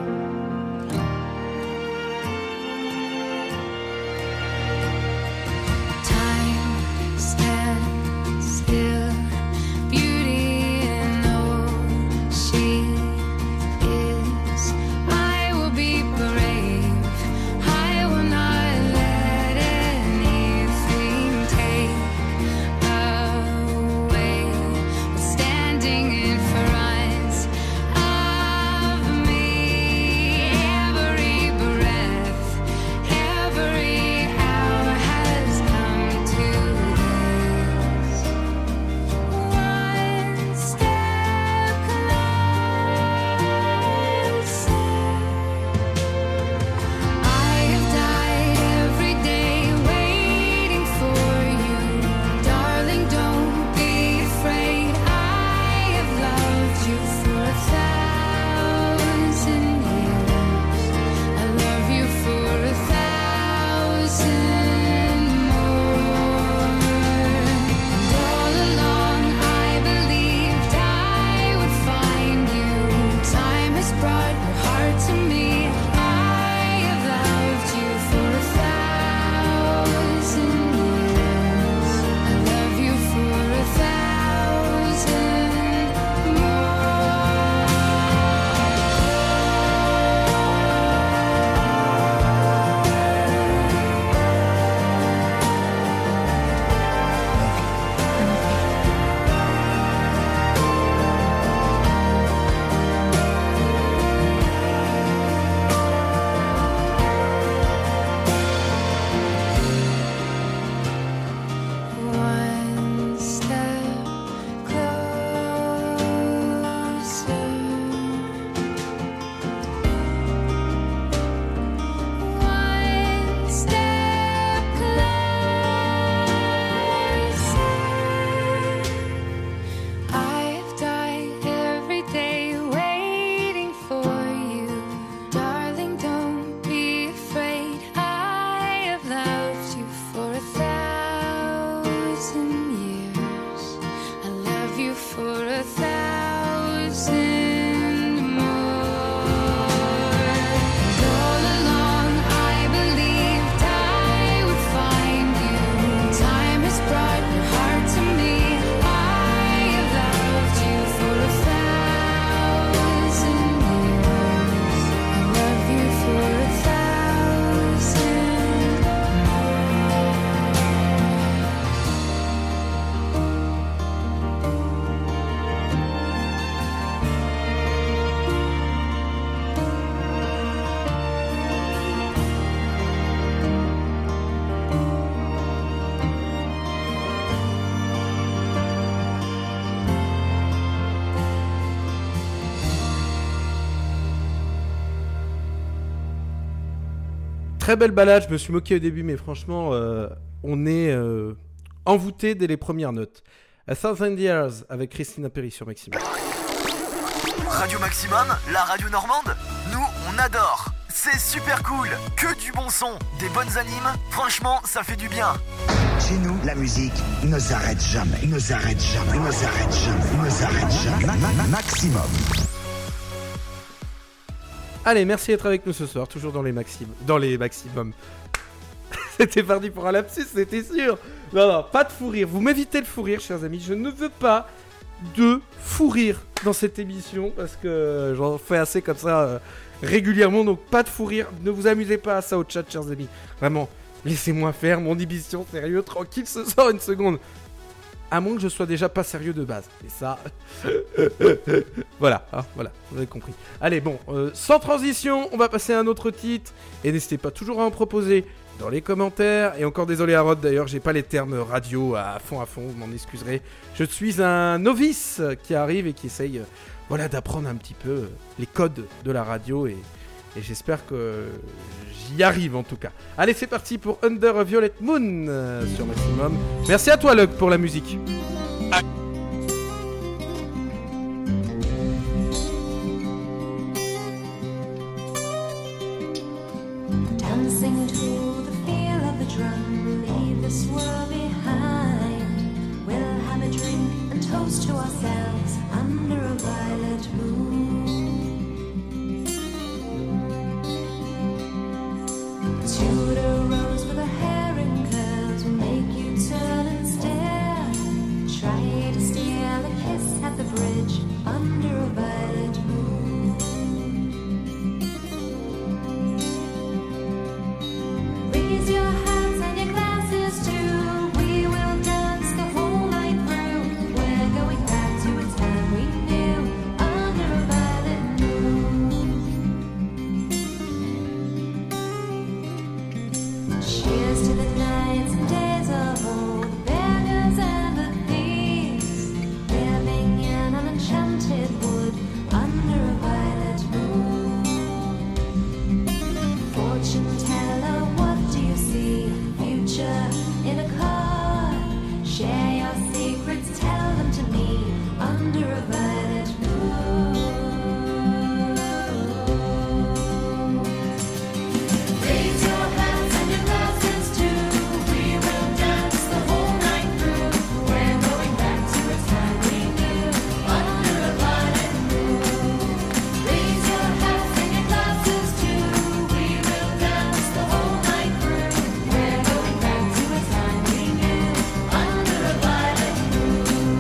Time stands still, beauty in all she is. I will be brave. I will not let anything take away what's standing in front of me. Every breath, every hour has come to this. One step closer. I have died every day waiting for you, darling. Don't be afraid. I have loved you for a thousand years. I love you for a thousand more. And all along I believed I would find you. Time has brought your heart to me. I have loved you for a thousand years. I love you for a thousand One step closer. One step closer. I've died every day waiting for you, darling. Don't be afraid. I have loved you for a thousand years. I love you for a thousand more. And all along I believed I would find you. Time has brought your heart to me. I have loved you for a thousand years. I love you for a thousand more. Très belle balade, je me suis moqué au début, mais franchement, euh, on est euh, envoûté dès les premières notes. A Thousand Years avec Christina Perry sur Maximum. Radio Maximum, la radio normande, nous on adore. c'est super cool. Que du bon son, des bonnes animes. Franchement, ça fait du bien. Chez nous, la musique ne s'arrête jamais, ne s'arrête jamais, ne s'arrête jamais, ne s'arrête jamais. Ma- ma- ma- maximum. Allez, merci d'être avec nous ce soir, toujours dans les maximums. Dans les maximums. C'était parti pour un lapsus, c'était sûr. Non, non, pas de fou rire. Vous m'évitez le fou rire, chers amis. Je ne veux pas de fou rire dans cette émission parce que j'en fais assez comme ça euh, régulièrement. Donc, pas de fou rire. Ne vous amusez pas à ça au chat, chers amis. Vraiment, laissez-moi faire mon émission sérieux, tranquille ce soir une seconde. À moins que je sois déjà pas sérieux de base. Et ça... voilà, hein, voilà, vous avez compris. Allez, bon, euh, sans transition, on va passer à un autre titre. Et n'hésitez pas toujours à en proposer dans les commentaires. Et encore désolé à Rod d'ailleurs, j'ai pas les termes radio à fond à fond, vous m'en excuserez. Je suis un novice qui arrive et qui essaye euh, voilà, d'apprendre un petit peu euh, les codes de la radio. Et, et j'espère que j'y arrive en tout cas. Allez, c'est parti pour Under a Violet Moon euh, sur Maximum. Merci à toi Luc pour la musique. Dancing to the feel of the drum, leave this world behind. We'll have a drink and toast to ourselves under a violet moon. Tudor rose with her hair in curls will make you turn and stare. Try to steal a kiss at the bridge under a violet moon. Raise your hands and your glasses too. We will dance the whole night through. We're going back to a time we knew under a violet moon. Cheers to the nights and days of old, the beggars and the thieves, living in an enchanted wood under a violet moon. Fortune teller, what do you see? Future in a card. Share your secrets, tell them to me under a violet moon. Raise your hands and your glasses too. We will dance the whole night through. We're going back to a time we knew under a violet moon. Raise your hands and your glasses too. We will dance the whole night through. We're going back to a time we knew under a violet moon.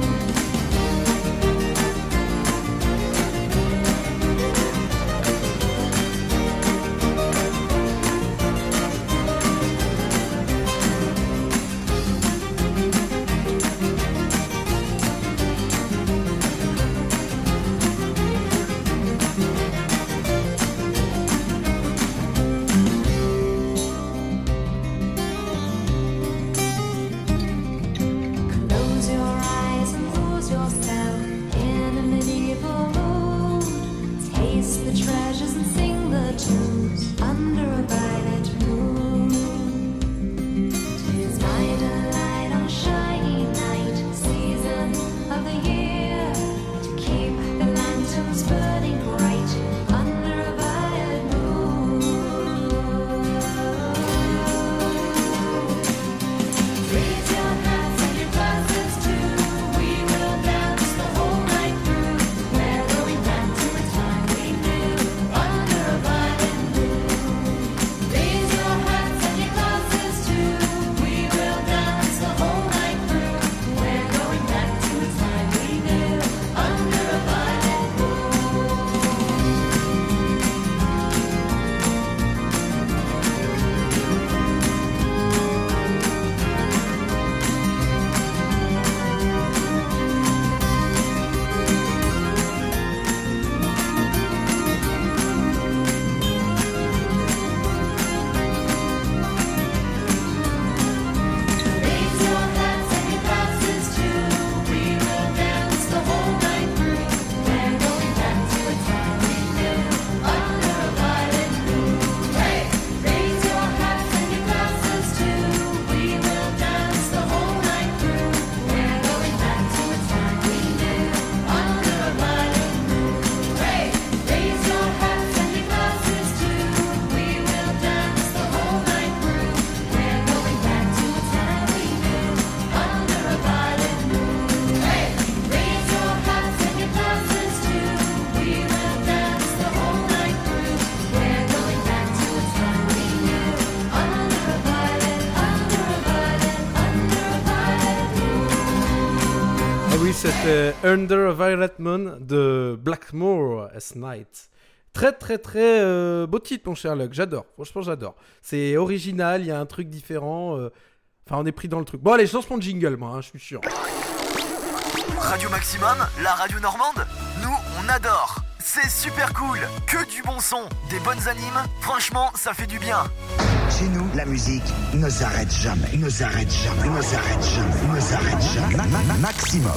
Close your eyes and lose yourself in a medieval mood. Taste the treasures and sing the tunes under a violet moon. Tis my delight on a shiny night, season of the year, to keep the lanterns burning bright under a violet moon. Raise your hands and your glasses too. We will dance the whole night through. We're going back to a time we knew under a violet moon. Raise C'était Under a Violet Moon de Blackmore as Night. Très très très euh, beau titre mon cher Luc, j'adore, franchement j'adore. C'est original, il y a un truc différent, euh... enfin on est pris dans le truc. Bon allez, je lance mon jingle moi, hein, je suis chiant. Radio Maximum, la radio normande, nous on adore. C'est super cool, que du bon son, des bonnes animes, franchement ça fait du bien. Chez nous, la musique ne s'arrête jamais, ne s'arrête jamais, ne s'arrête jamais, ne s'arrête jamais. Ma- ma- Maximum.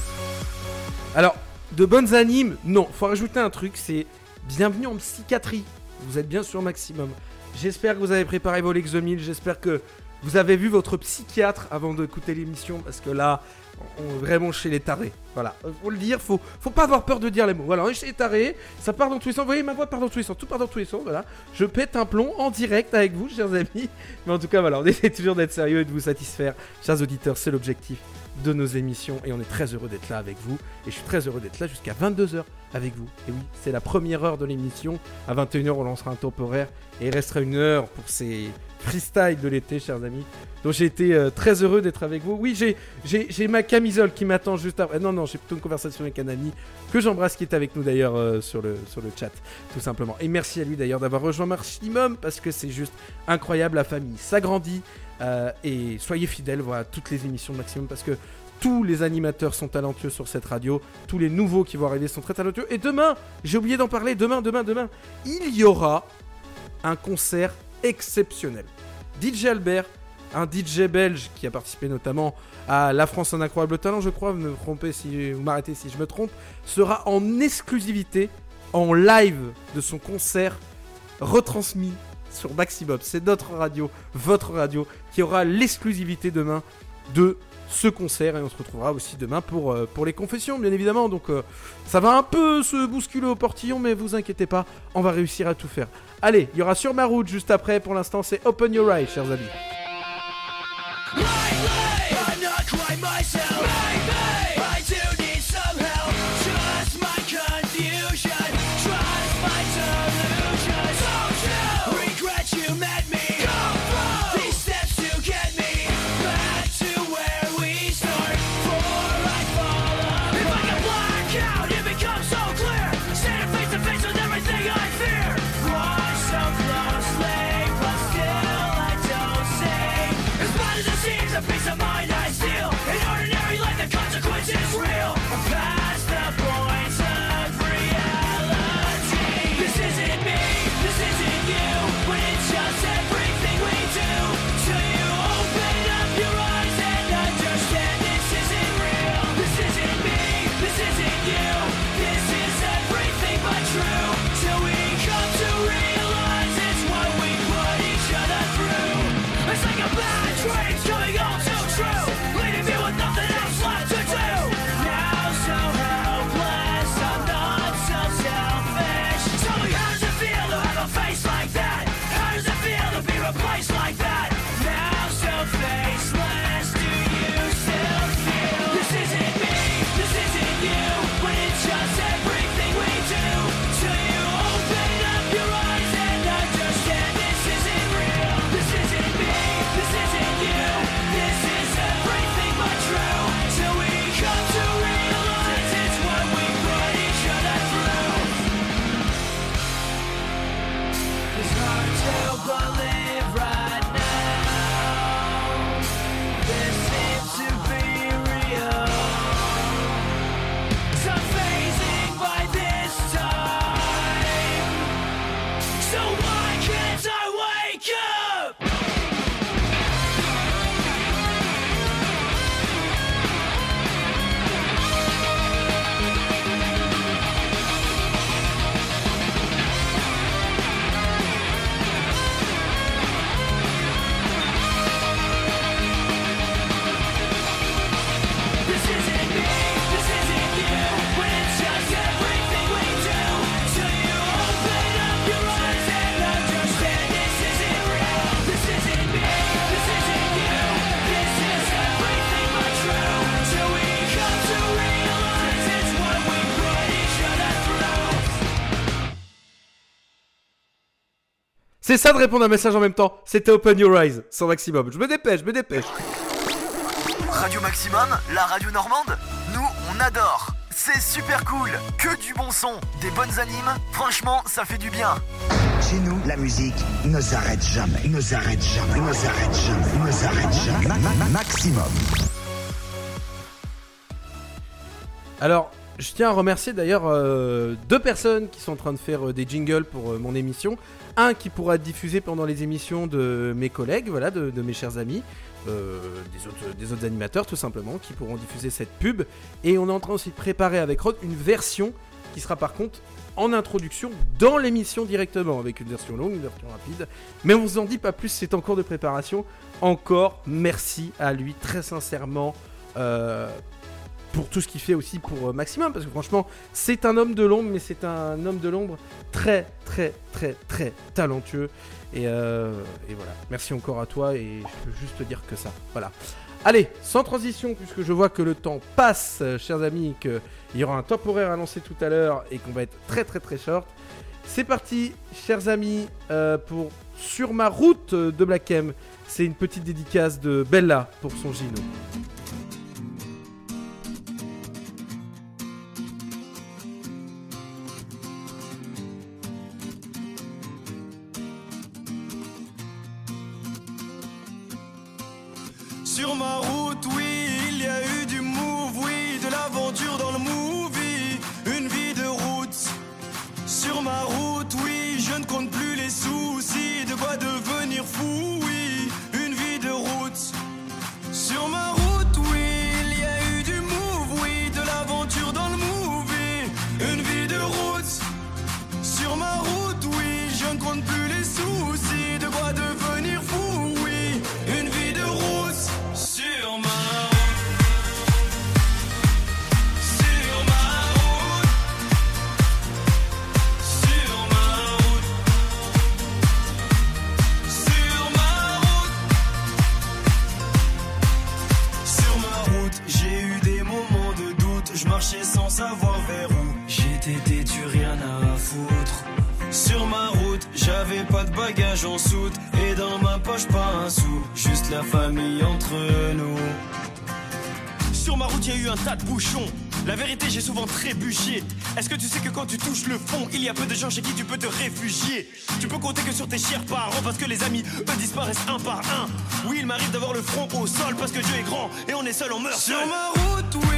Alors, de bonnes animes, non, faut rajouter un truc, c'est bienvenue en psychiatrie. Vous êtes bien sur Maximum. J'espère que vous avez préparé vos Lexomil, j'espère que vous avez vu votre psychiatre avant d'écouter l'émission, parce que là, on est vraiment chez les tarés. Voilà, faut le dire, faut, faut pas avoir peur de dire les mots. Voilà, on est chez les tarés, ça part dans tous les sens. Vous voyez, ma voix part dans tous les sens, tout part dans tous les sens, voilà. Je pète un plomb en direct avec vous, chers amis. Mais en tout cas, voilà, on essaie toujours d'être sérieux et de vous satisfaire. Chers auditeurs, c'est l'objectif de nos émissions et on est très heureux d'être là avec vous. Et je suis très heureux d'être là jusqu'à vingt-deux heures avec vous. Et oui, c'est la première heure de l'émission. À vingt et une heures, on lancera un top horaire et il restera une heure pour ces freestyle de l'été, chers amis. Donc j'ai été euh, très heureux d'être avec vous. Oui, j'ai, j'ai, j'ai ma camisole qui m'attend juste après. Non, non, j'ai plutôt une conversation avec un ami que j'embrasse qui est avec nous d'ailleurs euh, sur, le, sur le chat, tout simplement. Et merci à lui d'ailleurs d'avoir rejoint Maximum parce que c'est juste incroyable. La famille s'agrandit euh, et soyez fidèles voilà, à toutes les émissions de Maximum parce que tous les animateurs sont talentueux sur cette radio. Tous les nouveaux qui vont arriver sont très talentueux. Et demain, j'ai oublié d'en parler, demain, demain, demain, il y aura un concert exceptionnel. D J Albert, un D J belge qui a participé notamment à La France un incroyable talent, je crois, vous me trompez si vous m'arrêtez si je me trompe, sera en exclusivité, en live de son concert, retransmis sur Maximum. C'est notre radio, votre radio, qui aura l'exclusivité demain de ce concert et on se retrouvera aussi demain pour, euh, pour les confessions bien évidemment donc euh, ça va un peu se bousculer au portillon mais vous inquiétez pas, on va réussir à tout faire. Allez, il y aura Sur ma route juste après, pour l'instant c'est Open Your Eyes chers amis. C'est ça de répondre à un message en même temps. C'était Open Your Eyes, sans Maximum. Je me dépêche, je me dépêche. Radio Maximum, la radio normande, nous on on adore. C'est super cool, que du bon son, des bonnes animes, franchement, ça fait du bien. Chez nous, la musique ne s'arrête jamais, ne s'arrête jamais, ne s'arrête jamais, ne s'arrête jamais. Ma- ma- ma- maximum. Alors, je tiens à remercier d'ailleurs euh, deux personnes qui sont en train de faire euh, des jingles pour euh, mon émission. Un qui pourra être diffusé pendant les émissions de mes collègues, voilà, de, de mes chers amis, euh, des, autres, des autres animateurs tout simplement, qui pourront diffuser cette pub. Et on est en train aussi de préparer avec Rod une version qui sera par contre en introduction dans l'émission directement, avec une version longue, une version rapide. Mais on vous en dit pas plus, c'est en cours de préparation. Encore merci à lui, très sincèrement. Euh, pour tout ce qu'il fait aussi pour euh, Maximum, parce que franchement c'est un homme de l'ombre, mais c'est un homme de l'ombre très très très très talentueux et, euh, et voilà, merci encore à toi et je peux juste te dire que ça, voilà. Allez, sans transition, puisque je vois que le temps passe, euh, chers amis, qu'il y aura un top horaire à lancer tout à l'heure et qu'on va être très très très short, c'est parti chers amis euh, pour Sur ma route de Black M. C'est une petite dédicace de Bella pour son Gino. Sur ma route, oui, il y a eu du move, oui, de l'aventure dans le movie, une vie de route. Sur ma route, oui, je ne compte plus les soucis, de quoi devenir fou, oui, une vie de route. Sur ma route, oui, il y a eu du move, oui, de l'aventure dans le movie, une vie de route. Sur ma route, oui, je ne compte plus les soucis, de quoi devenir fou, oui, une vie de route. Sur ma je marchais sans savoir vers où j'étais têtu, rien à foutre. Sur ma route, j'avais pas de bagages en soute et dans ma poche pas un sou, juste la famille entre nous. Sur ma route, y a eu un tas de bouchons. La vérité, j'ai souvent trébuché. Est-ce que tu sais que quand tu touches le fond, il y a peu de gens chez qui tu peux te réfugier? Tu peux compter que sur tes chers parents parce que les amis, eux, disparaissent un par un. Oui, il m'arrive d'avoir le front au sol parce que Dieu est grand et on est seul, on meurt seul. Sur ma route, oui.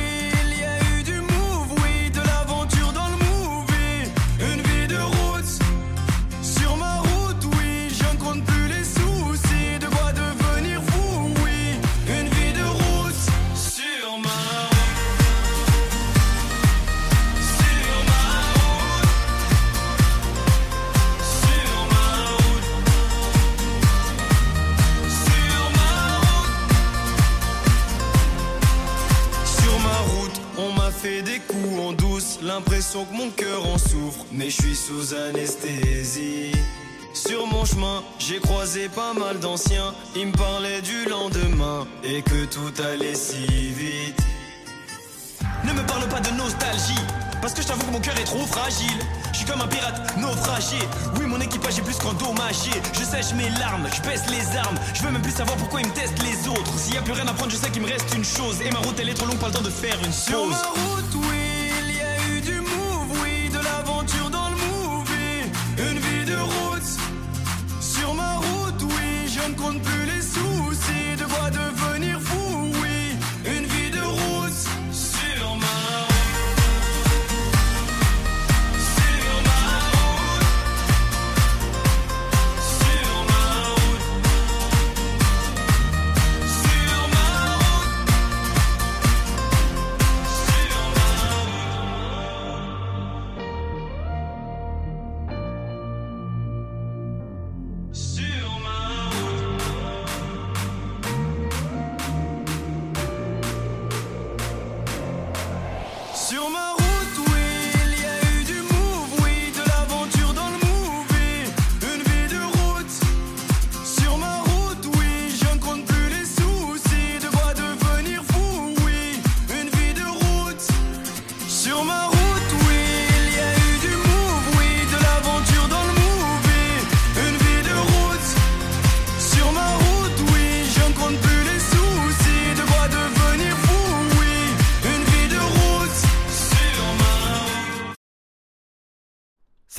Fait des coups en douce, l'impression que mon cœur en souffre, mais je suis sous anesthésie. Sur mon chemin, j'ai croisé pas mal d'anciens, ils me parlaient du lendemain et que tout allait si vite. Ne me parle pas de nostalgie, parce que je t'avoue que mon cœur est trop fragile. Je suis comme un pirate naufragé. Oui, mon équipage est plus qu'endommagé. Je sèche mes larmes, je baisse les armes. Je veux même plus savoir pourquoi ils me testent les autres. S'il y a plus rien à prendre, je sais qu'il me reste une chose. Et ma route elle est trop longue, pas le temps de faire une pause. Sur ma route, oui, il y a eu du move, oui, de l'aventure dans le movie, une vie de route. Sur ma route, oui, je ne compte plus les soucis, de quoi devenir fou, oui, une vie de route. Sur ma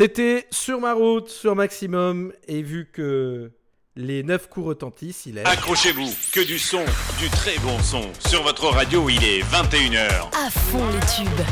C'était Sur ma route, sur Maximum, et vu que les neuf coups retentissent, il est... Accrochez-vous, que du son, du très bon son. Sur votre radio, il est vingt et une heures. À fond les tubes.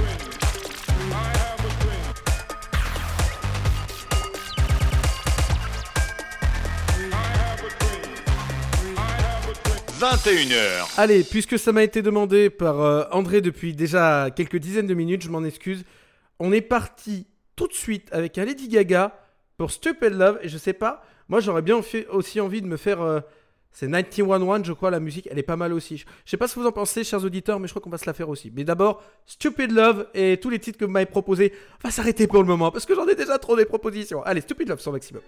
vingt et une heures. Allez, puisque ça m'a été demandé par euh, André depuis déjà quelques dizaines de minutes, je m'en excuse. On est parti tout de suite avec un Lady Gaga pour Stupid Love. Et je sais pas, moi j'aurais bien fait aussi envie de me faire... Euh, c'est neuf cent onze, je crois, la musique, elle est pas mal aussi. Je sais pas ce que vous en pensez, chers auditeurs, mais je crois qu'on va se la faire aussi. Mais d'abord, Stupid Love et tous les titres que vous m'avez proposés, on va s'arrêter pour le moment, parce que j'en ai déjà trop des propositions. Allez, Stupid Love sur Maximum.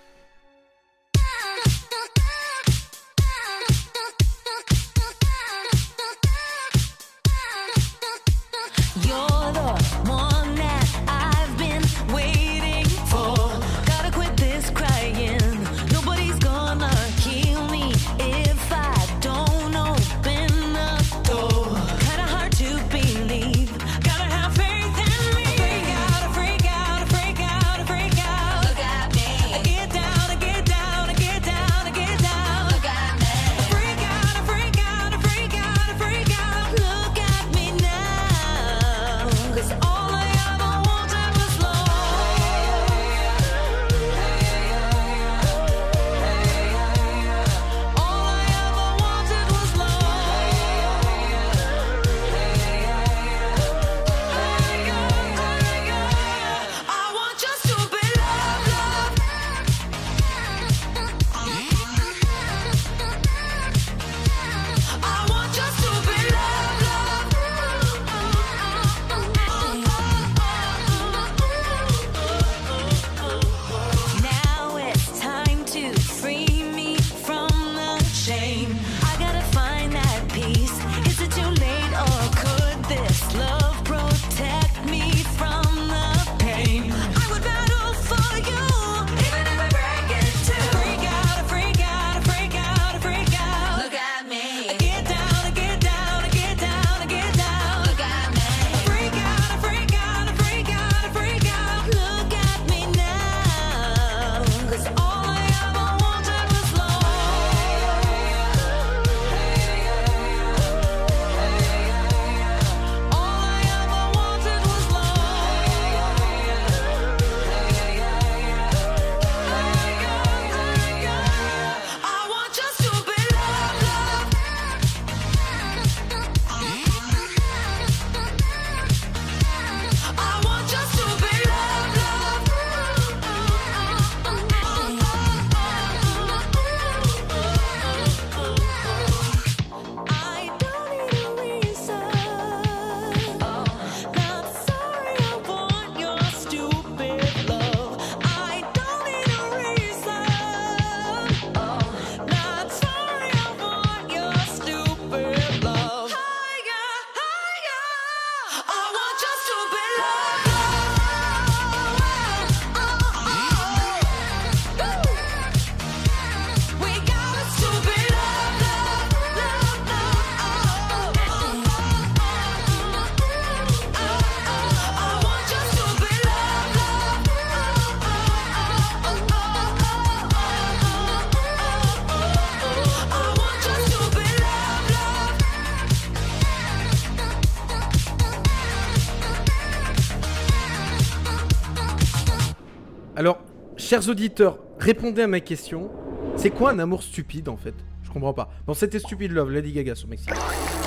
Alors, chers auditeurs, répondez à ma question. C'est quoi un amour stupide en fait? Je comprends pas. Bon, c'était Stupid Love, Lady Gaga sur Maximum.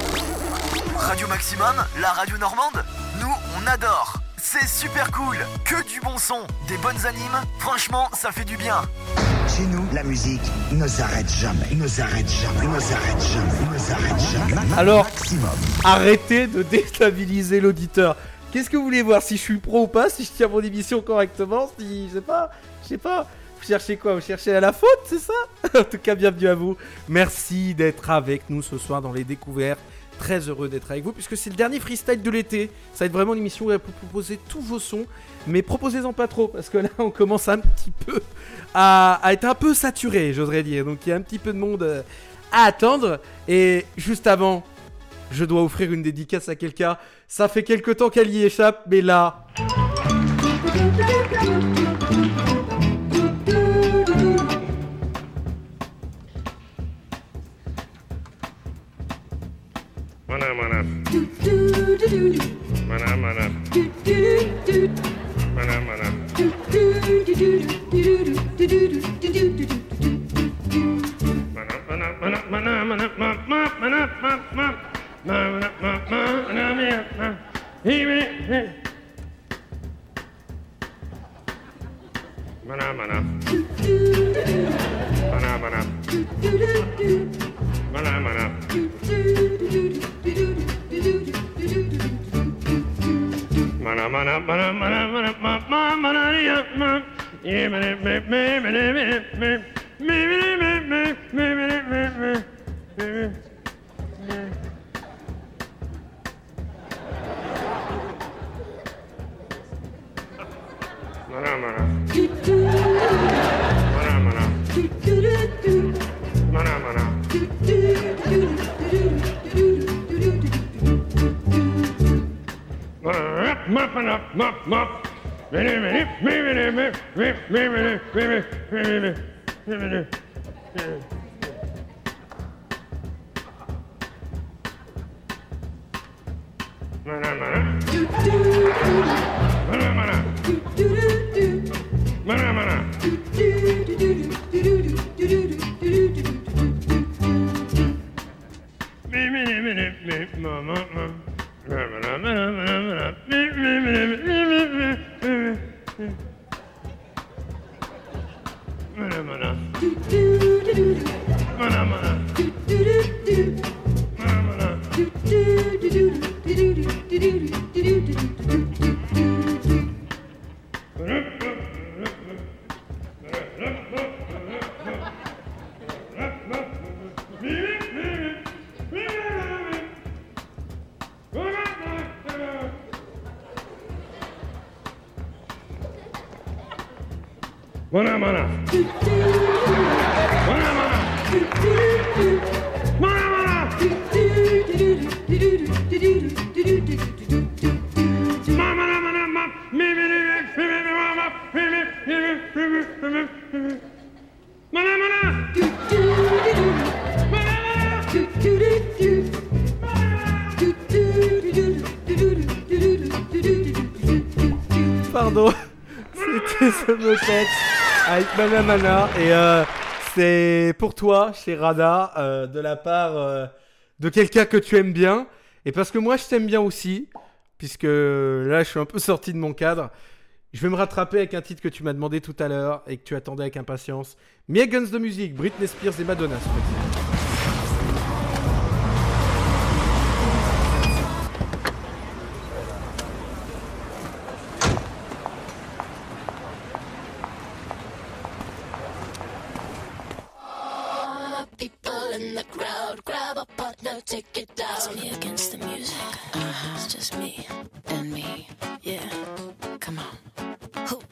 Radio Maximum, la radio normande, nous on adore. C'est super cool, que du bon son, des bonnes animes, franchement ça fait du bien. Chez nous, la musique ne s'arrête jamais, ne s'arrête jamais, ne s'arrête jamais, ne s'arrête jamais. Alors, Maximum. Arrêtez de déstabiliser l'auditeur. Qu'est-ce que vous voulez voir? Si je suis pro ou pas? Si je tiens mon émission correctement? Si, je sais pas, je sais pas. Vous cherchez quoi? Vous cherchez à la faute, c'est ça? En tout cas, bienvenue à vous. Merci d'être avec nous ce soir dans les découvertes. Très heureux d'être avec vous puisque c'est le dernier freestyle de l'été. Ça va être vraiment une émission où on va vous proposer tous vos sons, mais proposez-en pas trop parce que là on commence un petit peu à, à être un peu saturé, j'oserais dire. Donc il y a un petit peu de monde euh, à attendre. Et juste avant, je dois offrir une dédicace à quelqu'un. Ça fait quelque temps qu'elle y échappe, mais là... Mana mana. Mana mana. Mana mana. Mana mana mana mana mana mana mana ya ma. Me me me me me me me me me me me me. Mana mana. Mana mana. Mana mana. Mop and up, mop, mop. Minute, minute, minute, minute, minute, minute, minute, minute, minute, minute. Mana mana. Mana mana. Mana mana. Me me me me me mama mama. Mana mana mana mana. Me me me me me me me. Mana mana. Mana mana. Mana mana. Mana mana. Mana mana. Mana mana. Mana mana mana. Me me me me me mama. Me me me me me me. Mana mana. Pardon, c'était ce moquette avec Mana Mana et euh, c'est pour toi chez Rada euh, de la part euh, de quelqu'un que tu aimes bien et parce que moi je t'aime bien aussi puisque là je suis un peu sorti de mon cadre. Je vais me rattraper avec un titre que tu m'as demandé tout à l'heure et que tu attendais avec impatience. Mia Guns de musique, Britney Spears et Madonna. In the crowd, grab a partner, take it down. It's me against the music. Uh-huh. It's just me and me. Yeah, come on. Ooh.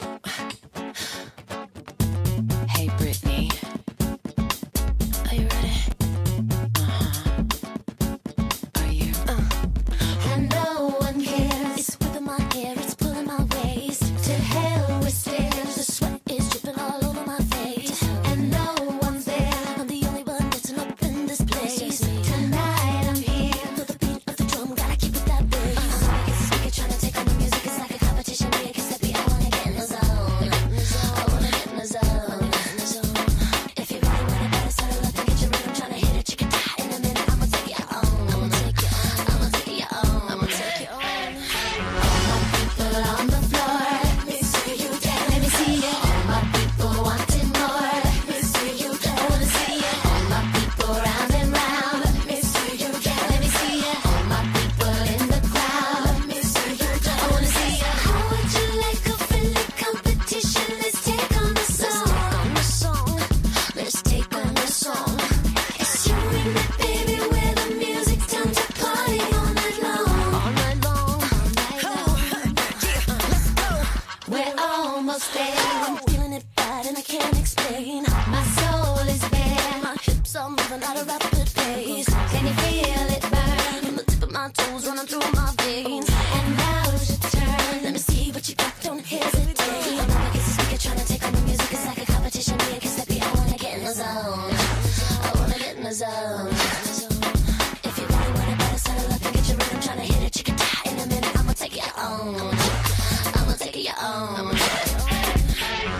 Hey, Britney, are you ready? Uh-huh. Are you? Uh. And no one cares. It's whipping my hair, it's pulling my waist. To hell with stairs. The sweat is dripping all over my face. And no one's there. I'm the only one that's up in this place. Tonight I'm here for the beat of the drum. Gotta keep it that bass. Uh, speaker trying to take on the music. It's like a competition. We can step it. I wanna get in the zone. I wanna get in the zone. If you really want it, better settle up and get your rhythm. Trying to hit it, chicken tie. In a minute, I'ma take it on. I'ma take it on. I'ma take it on. I'ma take it on. All my people on the floor. Let me see you dance. Let me see it. All my people wanting more. Let me see you dance. I wanna see it. All my people round and round. Let me see you dance. Let me see it. All my people in the crowd. Let me see you dance. I wanna see it. How would you like a friendly competition? Let's take on the song. Let's take on the song. It's you and me, baby. Where the music's time to party all night long. All night long. All night long. Let's go. We're almost there. I'm feeling it bad and I can't explain. My soul is bare. My hips are moving at a rapid pace. Can you feel it burn? From the tip of my toes running through my veins. And now's your turn. Let me see what you got. Don't hesitate. I'm up against the speaker trying to take on the music. It's like a competition. Me against the beat. I wanna get in the zone. I wanna get in the zone. If you really want it, better settle up and get your rhythm. Trying to hit it, chicken tie. In a minute, I'ma take it on. I'ma take it on.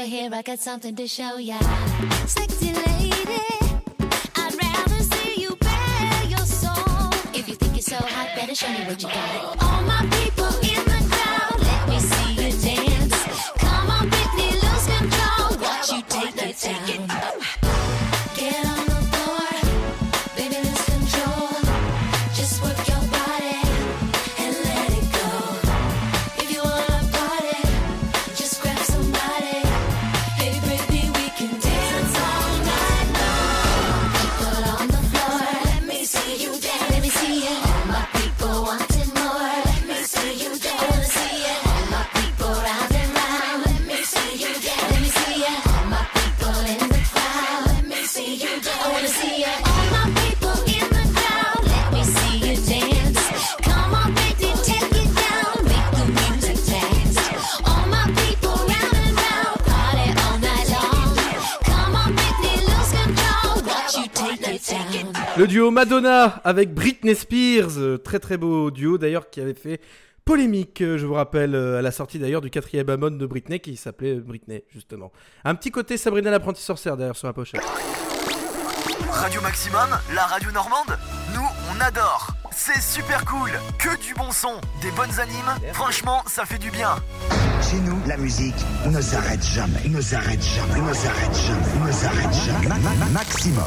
here, I got something to show ya. Sexy lady, I'd rather see you bare your soul. If you think you're so hot, better show me what you got. All my people in the crowd, let me see you dance. Come on, Britney, lose control. Watch you take it down. Get on the floor, baby, lose control. Just work your body and let it go. If you wanna party, just grab somebody. Hey, Britney, we can dance all night long. People on the floor, let me see you dance. Let me see it. All my people wanting more. Let me see you dance. I wanna see it. All my people round and round. Let me see you dance. Let me see it. All my people in the crowd. Let me see you dance. I wanna see it. All my people in the crowd. Let me see you dance. Come on, baby, take it down. Make the music dance. All my people round and round. Party all night long. Come on, Britney, lose control. Watch you take it down. Le duo Madonna avec Britney Spears, euh, très très beau duo d'ailleurs qui avait fait polémique, euh, je vous rappelle, euh, à la sortie d'ailleurs du quatrième album de Britney qui s'appelait Britney justement. Un petit côté Sabrina l'apprentie sorcière d'ailleurs sur la pochette. Radio Maximum, la radio normande, nous on adore. C'est super cool, que du bon son, des bonnes animes, franchement ça fait du bien. Chez nous, la musique ne s'arrête jamais, ne s'arrête jamais, ne s'arrête jamais, ne s'arrête jamais. Ma- ma- ma- Maximum.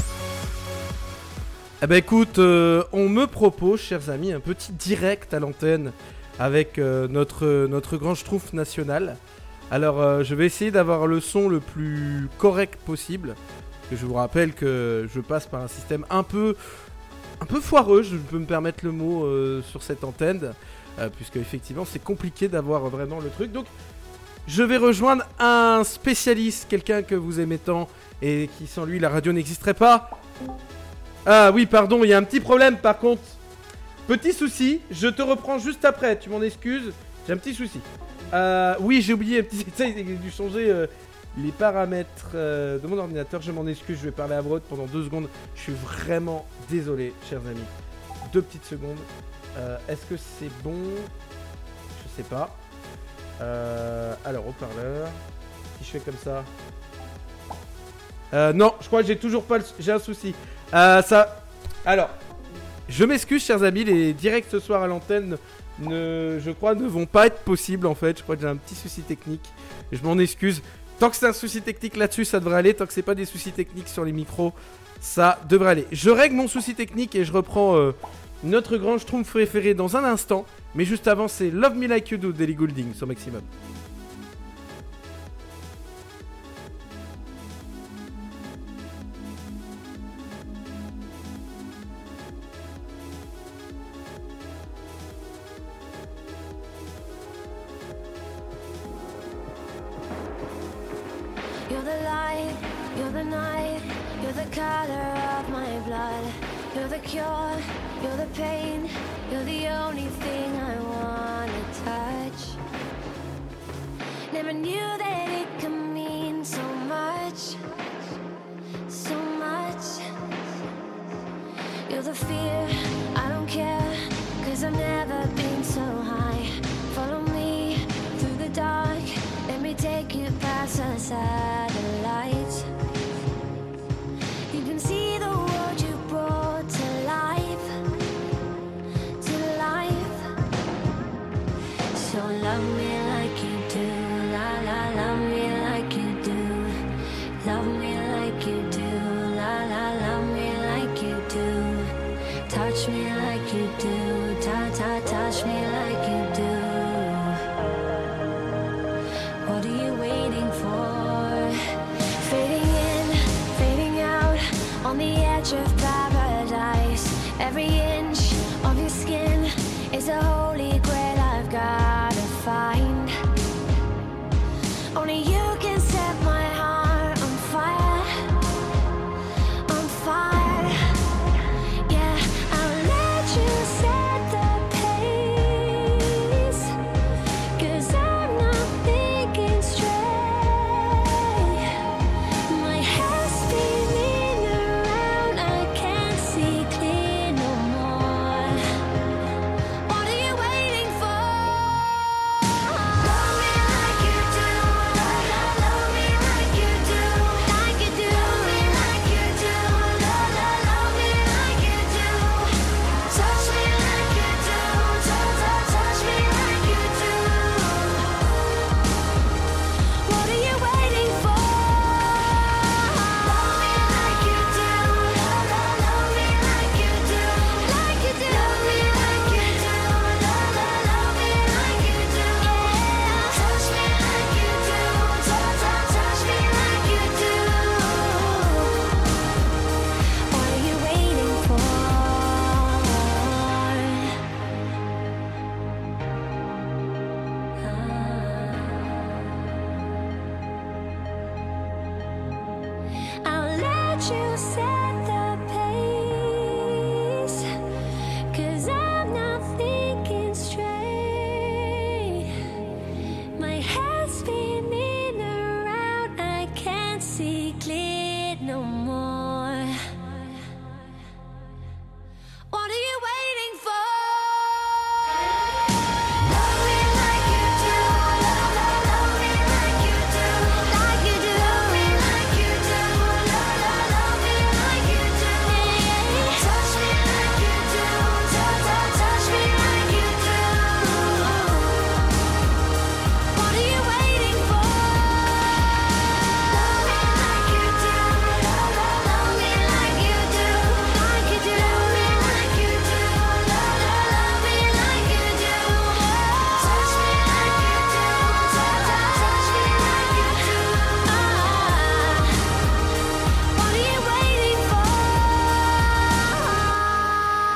Eh ben écoute, euh, on me propose, chers amis, un petit direct à l'antenne avec euh, notre, notre grand schtroumpf national. Alors euh, je vais essayer d'avoir le son le plus correct possible. Que je vous rappelle que je passe par un système un peu, un peu foireux, je peux me permettre le mot euh, sur cette antenne. Euh, puisque effectivement c'est compliqué d'avoir vraiment le truc. Donc je vais rejoindre un spécialiste, quelqu'un que vous aimez tant et qui sans lui la radio n'existerait pas. Ah oui, pardon, il y a un petit problème par contre. Petit souci, je te reprends juste après, tu m'en excuses, j'ai un petit souci. Euh, oui, j'ai oublié un petit détail, j'ai dû changer euh, les paramètres euh, de mon ordinateur, je m'en excuse, je vais parler à Brod pendant deux secondes. Je suis vraiment désolé, chers amis. Deux petites secondes. Euh, Est-ce que c'est bon? Je sais pas. Euh, alors, haut-parleur. Si je fais comme ça. Euh, non, je crois que j'ai toujours pas le... J'ai un souci. Euh, ça... Alors, je m'excuse, chers amis. Les directs ce soir à l'antenne, ne... je crois, ne vont pas être possibles, en fait. Je crois que j'ai un petit souci technique. Je m'en excuse. Tant que c'est un souci technique là-dessus, ça devrait aller. Tant que c'est pas des soucis techniques sur les micros, ça devrait aller. Je règle mon souci technique et je reprends... Euh... notre grand schtroumpf préféré dans un instant, mais juste avant c'est Love Me Like You Do d'Ellie Goulding sur Maximum. You're the light, you're the night, you're the color of my blood. You're the cure, you're the pain, you're the only thing I wanna touch. Never knew that it could mean so much, so much. You're the fear, I don't care, cause I've never been so high. Follow me through the dark, let me take you past the satellites. You can see the world you brought to life, to life. So love me like you do, la la, love me like you do. Love me like you do, la la, love me like you do. Touch me like you do, ta ta, touch me like you do. What are you waiting for? Fading in, fading out, on the edge of paradise. Every inch of your skin is a holy grail I've gotta find. Only you can set my heart on fire, on fire. Yeah, I'll let you set the pace, cause I'm not thinking straight. My head's spinning around, I can't see clear no more.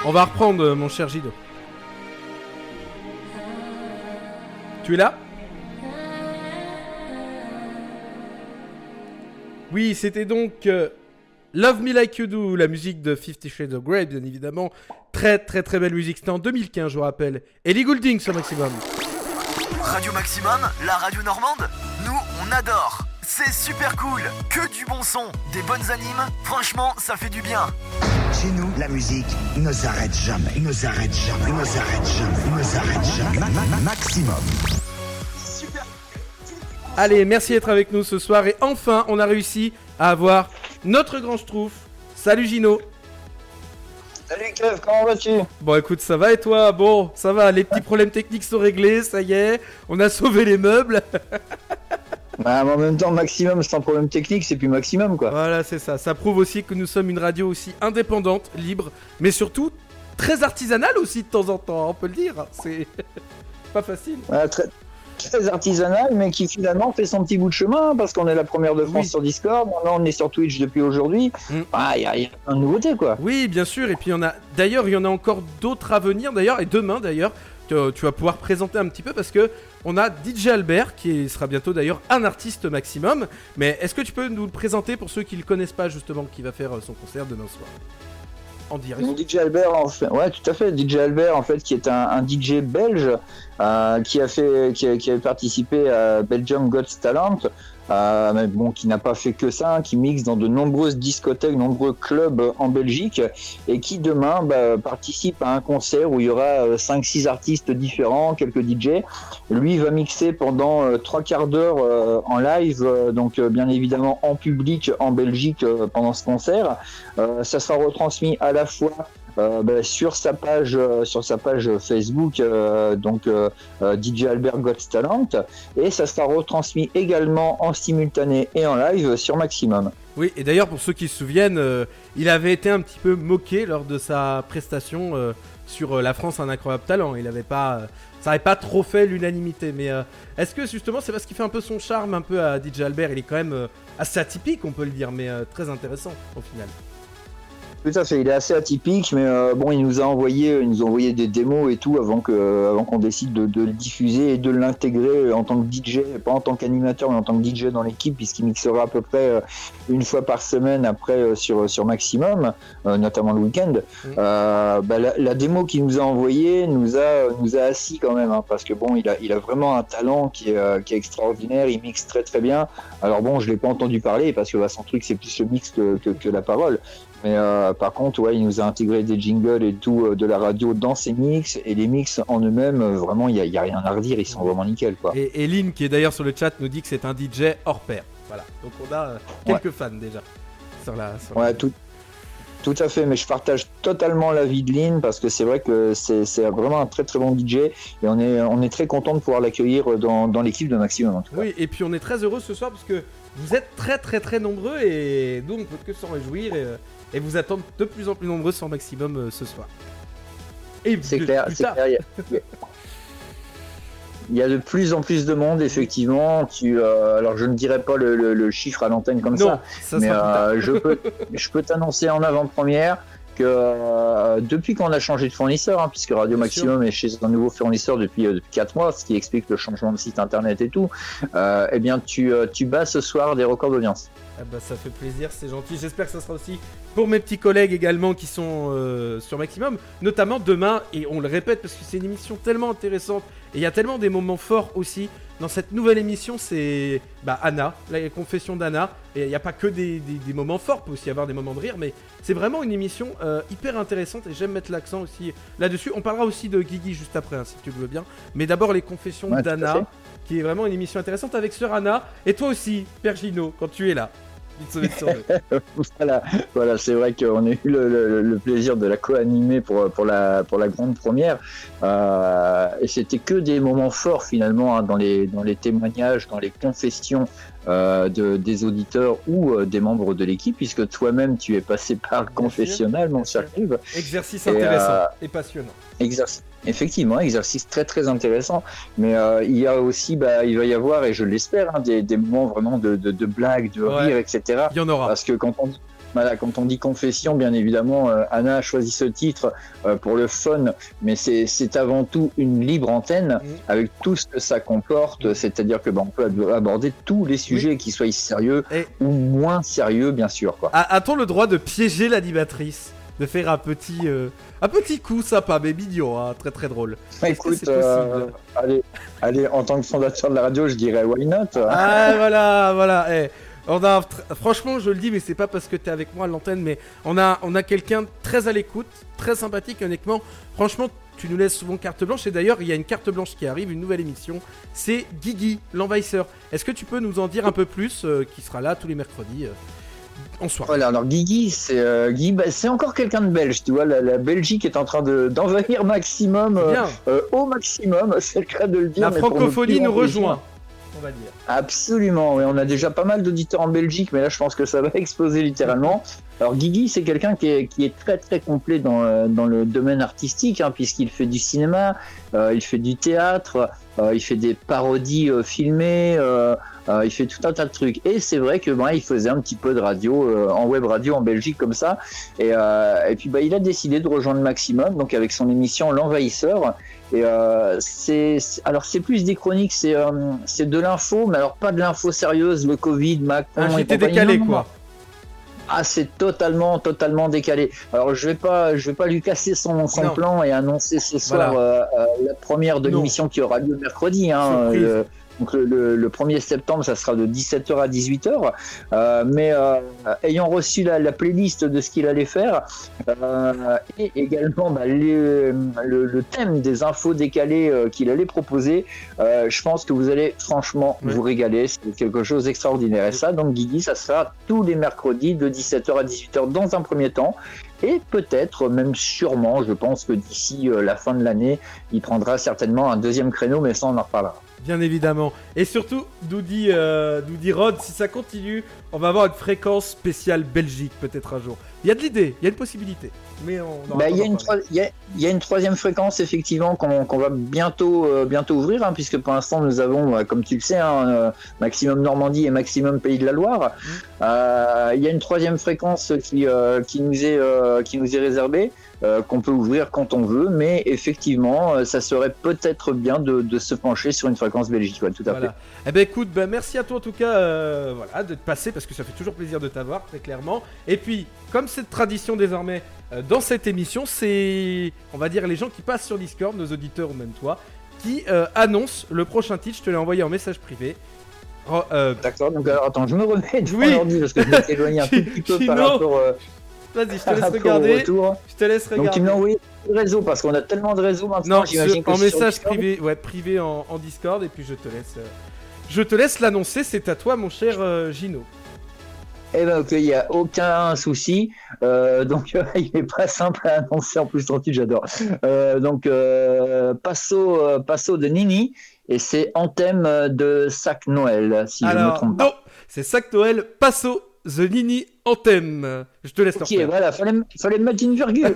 On va reprendre, euh, mon cher Gido. Tu es là ? Oui, c'était donc euh, Love Me Like You Do, la musique de Fifty Shades of Grey, bien évidemment. Très très très belle musique, c'était en deux mille quinze, je vous rappelle. Ellie Goulding sur Maximum. Radio Maximum, la radio normande, nous on adore. C'est super cool, que du bon son, des bonnes animes, franchement ça fait du bien. Chez nous, la musique ne s'arrête jamais, ne s'arrête jamais, ne s'arrête jamais, ne s'arrête jamais. Ma- ma- ma- Maximum. Allez, merci d'être avec nous ce soir. Et enfin, on a réussi à avoir notre grand Schtroumpf. Salut Gino. Salut Kev, comment vas-tu ? Bon écoute, ça va et toi ? Bon, ça va, les petits problèmes techniques sont réglés, ça y est, on a sauvé les meubles. Bah, mais en même temps, Maximum sans problème technique, c'est plus Maximum quoi. Voilà, c'est ça. Ça prouve aussi que nous sommes une radio aussi indépendante, libre, mais surtout très artisanale aussi de temps en temps, on peut le dire. C'est pas facile. Ouais, très, très artisanal, mais qui finalement fait son petit bout de chemin, parce qu'on est la première de France Oui. sur Discord, maintenant on est sur Twitch depuis aujourd'hui. Mm. Ah, il y, a- y a plein de nouveautés quoi. Oui, bien sûr. Et puis on a, d'ailleurs, il y en a encore d'autres à venir. D'ailleurs, et demain, d'ailleurs, que tu vas pouvoir présenter un petit peu parce que on a D J Albert qui sera bientôt d'ailleurs un artiste maximum. Mais est-ce que tu peux nous le présenter pour ceux qui le connaissent pas justement, qui va faire euh, son concert demain soir en direct? Donc, D J Albert, en fait, ouais, tout à fait. D J Albert, en fait, qui est un, un D J belge euh, qui a fait, qui, a- qui avait participé à Belgium Got Talent, euh, mais bon, qui n'a pas fait que ça, hein, qui mixe dans de nombreuses discothèques, nombreux clubs en Belgique, et qui demain bah, participe à un concert où il y aura cinq six artistes différents, quelques D J. Lui va mixer pendant euh, trois quarts d'heure euh, en live, euh, donc euh, bien évidemment en public en Belgique euh, pendant ce concert. Euh, ça sera retransmis à la fois euh, bah, sur sa page euh, sur sa page Facebook, euh, donc euh, euh, D J Albert Got Talent, et ça sera retransmis également en simultané et en live sur Maximum. Oui, et d'ailleurs pour ceux qui se souviennent, euh, il avait été un petit peu moqué lors de sa prestation euh, sur euh, La France un incroyable talent. Il avait pas, euh, ça n'avait pas trop fait l'unanimité. Mais euh, est-ce que justement c'est parce qu'il fait un peu son charme un peu à D J Albert? Il est quand même euh, assez atypique, on peut le dire, mais euh, très intéressant au final. Tout à fait, il est assez atypique, mais euh, bon, il nous a envoyé, il nous a envoyé des démos et tout avant que, avant qu'on décide de, de le diffuser et de l'intégrer en tant que D J, pas en tant qu'animateur, mais en tant que D J dans l'équipe, puisqu'il mixera à peu près euh, une fois par semaine après euh, sur sur Maximum, euh, notamment le week-end. Mmh. Euh, bah, la, la démo qu'il nous a envoyée nous a nous a assis quand même, hein, parce que bon, il a il a vraiment un talent qui est euh, qui est extraordinaire, il mixe très très bien. Alors bon, je l'ai pas entendu parler parce que bah, son truc c'est plus le mix que que, que la parole. Mais euh, par contre, ouais, il nous a intégré des jingles et tout euh, de la radio dans ses mix, et les mix en eux-mêmes, euh, vraiment, il n'y a, a rien à redire, ils sont vraiment nickel, quoi. Et, et Lynn, qui est d'ailleurs sur le chat, nous dit que c'est un D J hors pair. Voilà, donc on a euh, quelques Ouais. fans déjà sur la. Sur Ouais, la... tout, tout à fait, mais je partage totalement l'avis de Lynn, parce que c'est vrai que c'est c'est vraiment un très très bon D J, et on est, on est très content de pouvoir l'accueillir dans, dans l'équipe de Maximum, en tout cas. Oui, et puis on est très heureux ce soir parce que vous êtes très très très nombreux et nous on ne peut que s'en réjouir et, euh, et vous attendre de plus en plus nombreux sur Maximum euh, ce soir. Et C'est de- clair, plus c'est tard. clair. Il y, a, il y a de plus en plus de monde, effectivement. Tu, euh, alors, je ne dirais pas le, le- le chiffre à l'antenne comme Non, ça, ça mais sera plus tard. euh, je peux, je peux t'annoncer en avant-première que euh, depuis qu'on a changé de fournisseur, hein, puisque Radio Bien Maximum est chez un nouveau fournisseur depuis, euh, depuis quatre mois, ce qui explique le changement de site internet et tout, euh, eh bien, tu, euh, tu bats ce soir des records d'audience. Ah bah ça fait plaisir, c'est gentil. J'espère que ça sera aussi pour mes petits collègues également qui sont euh, sur Maximum, notamment demain, et on le répète parce que c'est une émission tellement intéressante et il y a tellement des moments forts aussi. Dans cette nouvelle émission, c'est bah, Anna, la confession d'Anna, et il n'y a pas que des, des, des moments forts, il peut aussi y avoir des moments de rire, mais c'est vraiment une émission euh, hyper intéressante et j'aime mettre l'accent aussi là-dessus. On parlera aussi de Guigui juste après, hein, si tu le veux bien, mais d'abord les confessions Ouais, tout à fait. d'Anna, qui est vraiment une émission intéressante avec Sœur Anna, et toi aussi, Père Gino, quand tu es là. Une semaine sur deux. voilà, voilà, c'est vrai qu'on a eu le, le- le plaisir de la co-animer pour, pour, la, pour la grande première. Euh, et c'était que des moments forts finalement, hein, dans, les, dans les témoignages, dans les confessions euh, de, des auditeurs ou euh, des membres de l'équipe, puisque toi-même tu es passé par le Bien confessionnal, sûr, mon bien cher sûr. Yves. Exercice Et, intéressant euh, et passionnant. Exercice. Effectivement, exercice très très intéressant, mais euh, il y a aussi, bah, il va y avoir, et je l'espère, hein, des, des moments vraiment de, de, de blagues, de Ouais. rire, et cetera. Il y en aura. Parce que quand on, Voilà, quand on dit confession, bien évidemment, euh, Anna a choisi ce titre euh, pour le fun, mais c'est, c'est avant tout une libre antenne Mmh. avec tout ce que ça comporte, c'est-à-dire que bah, on peut ab- aborder tous les sujets, qu'ils soient sérieux Et- ou moins sérieux, bien sûr. Quoi. A- A-t-on le droit de piéger l'animatrice, de faire un petit, euh, un petit coup sympa, mais mignon, hein, très très drôle. Est-ce que Écoute, c'est possible euh, allez, allez, en tant que fondateur de la radio, je dirais why not. Ah voilà, voilà. Eh, on a, tr- franchement, je le dis, mais c'est pas parce que t'es avec moi à l'antenne, mais on a, on a quelqu'un de très à l'écoute, très sympathique, honnêtement. Franchement, tu nous laisses souvent carte blanche. Et d'ailleurs, il y a une carte blanche qui arrive, une nouvelle émission. C'est Guigui, l'envahisseur. Est-ce que tu peux nous en dire un peu plus, euh, qui sera là tous les mercredis euh, en soirée? Voilà, alors Guigui, c'est euh, Guy, bah, c'est encore quelqu'un de belge, tu vois, la, la Belgique est en train de, d'envahir maximum, euh, Bien. euh, au maximum, c'est le cas de le dire. La mais pour le francophonie plus nous grand plaisir. rejoint, on va dire. Absolument, oui, on a déjà pas mal d'auditeurs en Belgique, mais là je pense que ça va exploser littéralement. Alors Guigui, c'est quelqu'un qui est, qui est très très complet dans, euh, dans le domaine artistique, hein, puisqu'il fait du cinéma, euh, il fait du théâtre, euh, il fait des parodies euh, filmées, euh, euh, il fait tout un tas de trucs. Et c'est vrai que bah, il faisait un petit peu de radio, euh, en web radio en Belgique comme ça. Et, euh, et puis bah, il a décidé de rejoindre Maximum, donc avec son émission L'Envahisseur. Et euh, c'est, c'est- alors c'est plus des chroniques, c'est, euh, c'est de l'info, mais alors pas de l'info sérieuse, le Covid, Macron Un et J T compagnie. décalé, Non, non, quoi. non. Ah, c'est totalement, totalement décalé. Alors, je vais pas, je vais pas lui casser son, son Non. plan et annoncer ce soir Voilà. euh, euh, la première de Non. l'émission qui aura lieu mercredi. Hein, Surprise. euh, donc le, le, le premier septembre, ça sera de dix-sept heures à dix-huit heures. Euh, mais euh, ayant reçu la, la playlist de ce qu'il allait faire euh, et également bah, les- le, le thème des infos décalées euh, qu'il allait proposer, euh, je pense que vous allez franchement Ouais. vous régaler. C'est quelque chose d'extraordinaire. Et ça, donc Guigui, ça sera tous les mercredis de dix-sept heures à dix-huit heures dans un premier temps. Et peut-être, même sûrement, je pense que d'ici euh, la fin de l'année, il prendra certainement un deuxième créneau, mais ça, on en reparlera. Bien évidemment. Et surtout, nous dit, euh, nous dit Rod, si ça continue, on va avoir une fréquence spéciale Belgique peut-être un jour. Il y a de l'idée, il y a une possibilité. Mais on aura Bah, pas il y a d'en une parler. troi- il y a, il y a une troisième fréquence effectivement qu'on qu'on va bientôt euh, bientôt ouvrir, hein, puisque pour l'instant nous avons, euh, comme tu le sais, hein, euh, Maximum Normandie et Maximum Pays de la Loire. Euh, il y a une troisième fréquence qui euh, qui nous est euh, qui nous est réservée, euh, qu'on peut ouvrir quand on veut, mais effectivement, euh, ça serait peut-être bien de, de se pencher sur une fréquence Belgique, ouais, tout à Voilà. fait. Eh ben écoute, ben merci à toi en tout cas, euh, voilà, d'être passé parce que ça fait toujours plaisir de t'avoir très clairement. Et puis, comme c'est de tradition désormais euh, dans cette émission, c'est, on va dire, les gens qui passent sur Discord, nos auditeurs ou même toi, qui euh, annoncent le prochain titre. Je te l'ai envoyé en message privé. Oh, euh, D'accord. Donc alors attends, je me remets devant Oui. l'ordi parce que je m'étais éloigné un tout petit peu par Sinon, rapport, euh, Vas-y, je te par laisse rapport au regarder. retour. Je te laisse regarder. Donc tu me l'as envoyé sur le réseau parce qu'on a tellement de réseaux maintenant. Non, j'imagine sur- que en c'est sur message Discord. privé, ouais, privé en, en Discord, et puis je te laisse, euh, je te laisse l'annoncer. C'est à toi, mon cher euh, Gino. Eh ben ok, il n'y a aucun souci. Euh, donc il n'est pas simple à annoncer, en plus ton titre j'adore. Euh, donc euh, Passo, euh, Passo de Nini, et c'est en thème de Sac Noël, si je ne me Alors, trompe pas. non, c'est Sac Noël, Passo, The Nini Anthem. Je te laisse le Ok, refaire. voilà, fallait, m- fallait me mettre une virgule.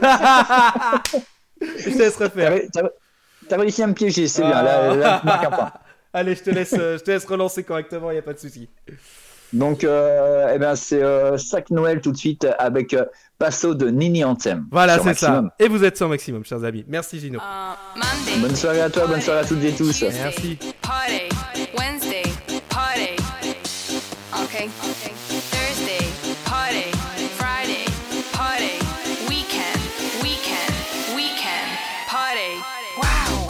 Je te laisse T'as refaire. ré- t'as- t'as réussi à me piéger, c'est bien. Là, là, tu marques un point. Allez, je te laisse, euh, je te laisse relancer correctement, il n'y a pas de souci. Donc, euh, eh ben, c'est euh, Sac Noël tout de suite avec euh, Passo de Nini Anthem. Voilà, sur c'est Maximum. ça. Et vous êtes sur Maximum, chers amis. Merci, Gino. Bonne soirée à toi, bonne soirée à toutes et tous. Merci. Party. Wednesday, party. Okay. Thursday, party. Friday, party. Weekend, weekend, weekend, party. Wow.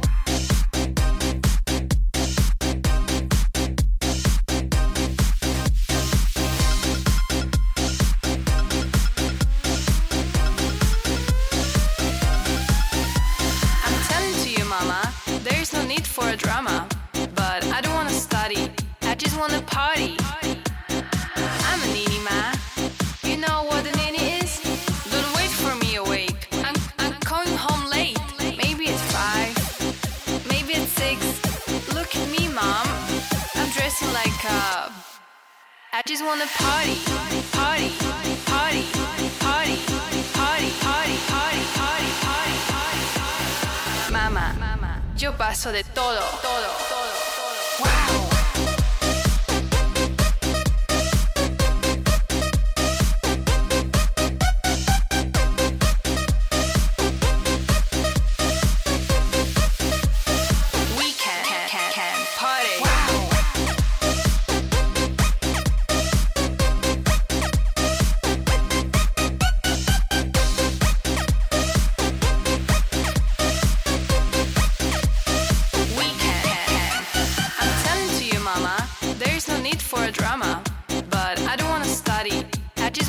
I'm telling to you, mama, there is no need for a drama. But I don't wanna study, I just wanna party. I'm a nini ma. You know what a nini is? Don't wait for me awake. I'm I'm going home late. Maybe at five, maybe at six. Look at me, mom. I'm dressing like a. I just wanna party, party, party, party, party, party, party, party, party, party. Mamá, yo paso de todo, todo, todo, todo. Wow.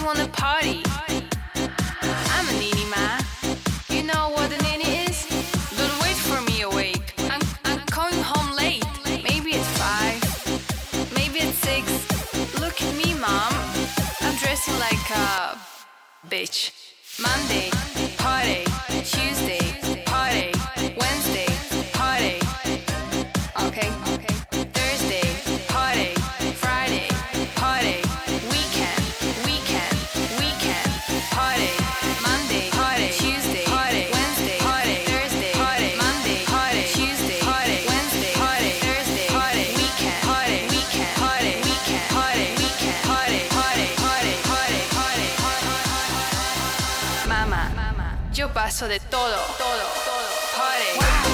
just wanna party. I'm a nini ma. You know what a nini is? Don't wait for me awake. I'm I'm going home late. Maybe it's five. Maybe it's six. Look at me, mom. I'm dressing like a bitch. Monday, party. Tuesday, party. Wednesday, party. Okay, okay. Thursday, party. Friday, party. Weekend, weekend, weekend, party. Monday, party. Tuesday, party. Wednesday, party. Thursday, party. Monday, party. Tuesday, party. Wednesday, party. Thursday, party. Weekend, party. Weekend, party. Weekend, party. Weekend, party. Party, party, party, party, party. Mamá, yo paso de todo, todo, todo. Party.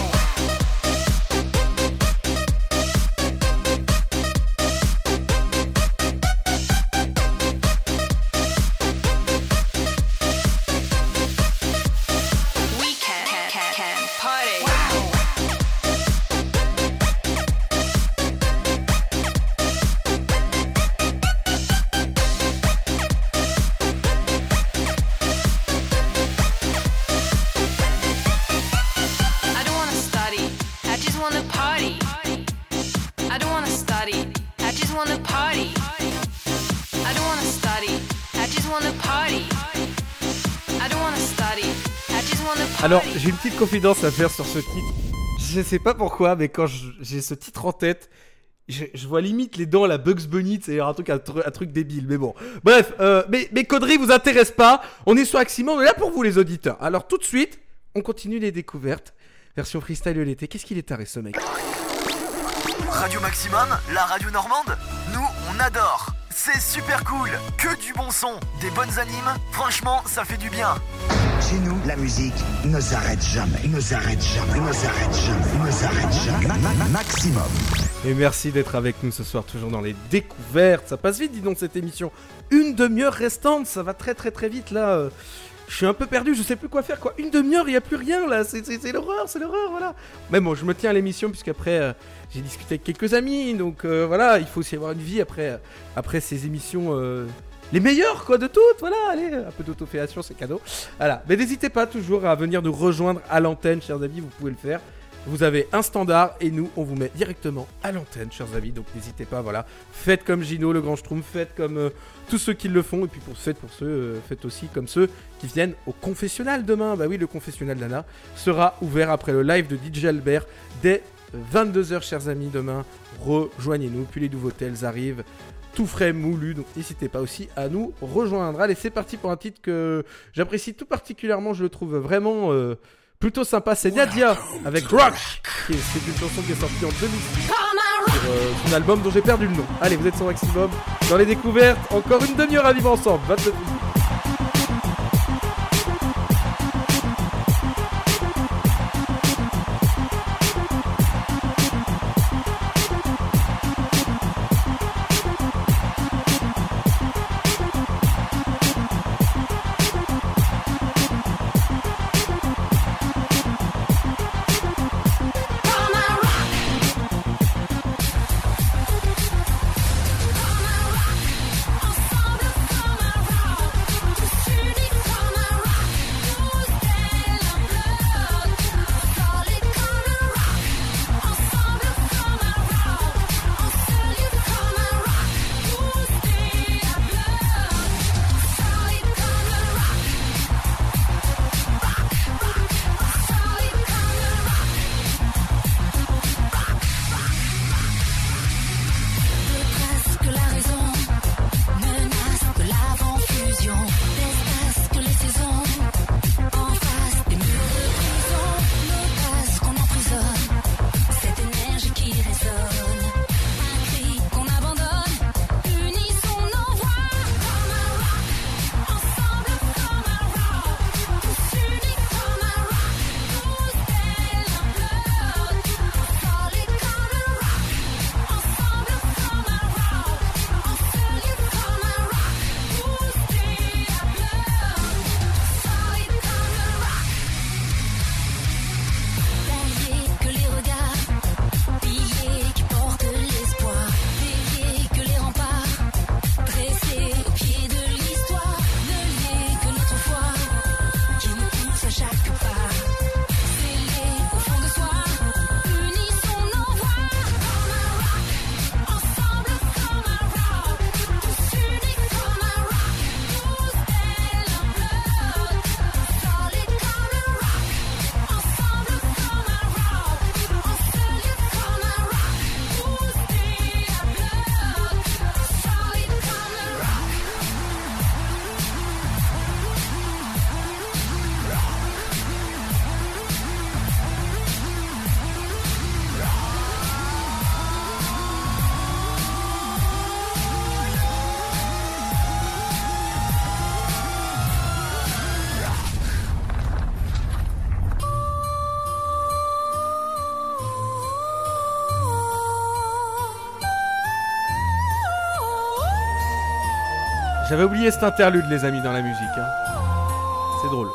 Alors, j'ai une petite confidence à faire sur ce titre. Je sais pas pourquoi, mais quand je- j'ai ce titre en tête, je, je vois limite les dents à la Bugs Bunny, c'est un truc, un, tru- un truc débile, mais bon. Bref, euh, mais mes conneries vous intéressent pas. On est sur Maximum, on est là pour vous les auditeurs. Alors tout de suite, on continue les découvertes. Version freestyle l'été. Qu'est-ce qu'il est taré ce mec? Radio Maximum, la radio normande, nous on adore. C'est super cool, que du bon son, des bonnes animes, franchement ça fait du bien. Chez nous, la musique ne s'arrête jamais, ne s'arrête jamais, ne s'arrête jamais, ne s'arrête jamais. Ma- ma- Maximum. Et merci d'être avec nous ce soir, toujours dans les découvertes. Ça passe vite, dis donc, cette émission. Une demi-heure restante, ça va très très très vite là. euh, Je suis un peu perdu, je sais plus quoi faire quoi. Une demi-heure, il n'y a plus rien là, c'est, c'est, c'est l'horreur, c'est l'horreur, voilà. Mais bon, je me tiens à l'émission puisqu'après euh, j'ai discuté avec quelques amis, donc euh, voilà, il faut aussi avoir une vie après, euh, après ces émissions. euh, Les meilleures quoi de toutes, voilà, allez, un peu d'autoféation, c'est cadeau. Voilà, mais n'hésitez pas toujours à venir nous rejoindre à l'antenne, chers amis, vous pouvez le faire. Vous avez un standard et nous, on vous met directement à l'antenne, chers amis. Donc n'hésitez pas, voilà. Faites comme Gino, le grand Schtroumpf, faites comme euh, tous ceux qui le font. Et puis pour, faites pour ceux, euh, faites aussi comme ceux qui viennent au confessionnal demain. Bah oui, le confessionnal d'Anna sera ouvert après le live de D J Albert dès vingt-deux heures, chers amis, demain. Rejoignez-nous, puis les nouveautés, elles arrivent. Tout frais, moulu, donc n'hésitez pas aussi à nous rejoindre. Allez, c'est parti pour un titre que j'apprécie tout particulièrement, je le trouve vraiment euh, plutôt sympa. C'est Nadia avec Rock, qui est- c'est une chanson qui est sortie en deux mille six sur euh, son album dont j'ai perdu le nom. Allez, vous êtes sur Maximum, dans les découvertes, encore une demi-heure à vivre ensemble, vingt-deux minutes. Ensemble, ensemble, J'avais oublié cet interlude, les amis, dans la musique. Hein. C'est drôle.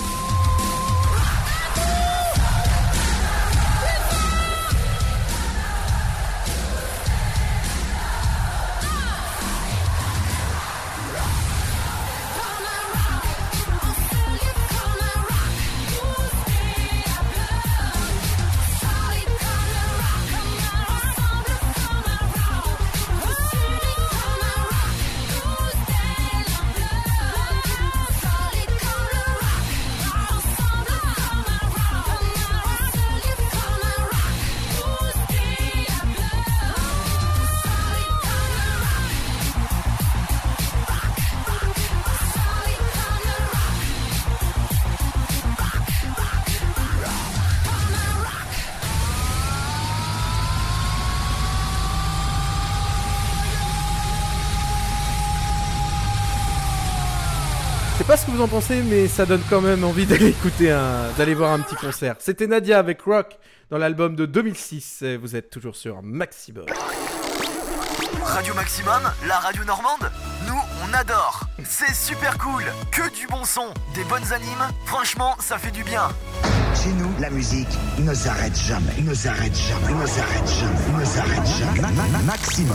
Je sais pas ce que vous en pensez, mais ça donne quand même envie d'aller écouter un, d'aller voir un petit concert. C'était Nadia avec Rock dans l'album de deux mille six. Et vous êtes toujours sur Maximum. Radio Maximum, la radio normande, nous on adore. C'est super cool, que du bon son, des bonnes animes, franchement ça fait du bien. Chez nous, la musique ne s'arrête jamais, ne s'arrête jamais, ne s'arrête jamais, ne s'arrête jamais. Ma- ma- ma- Maximum.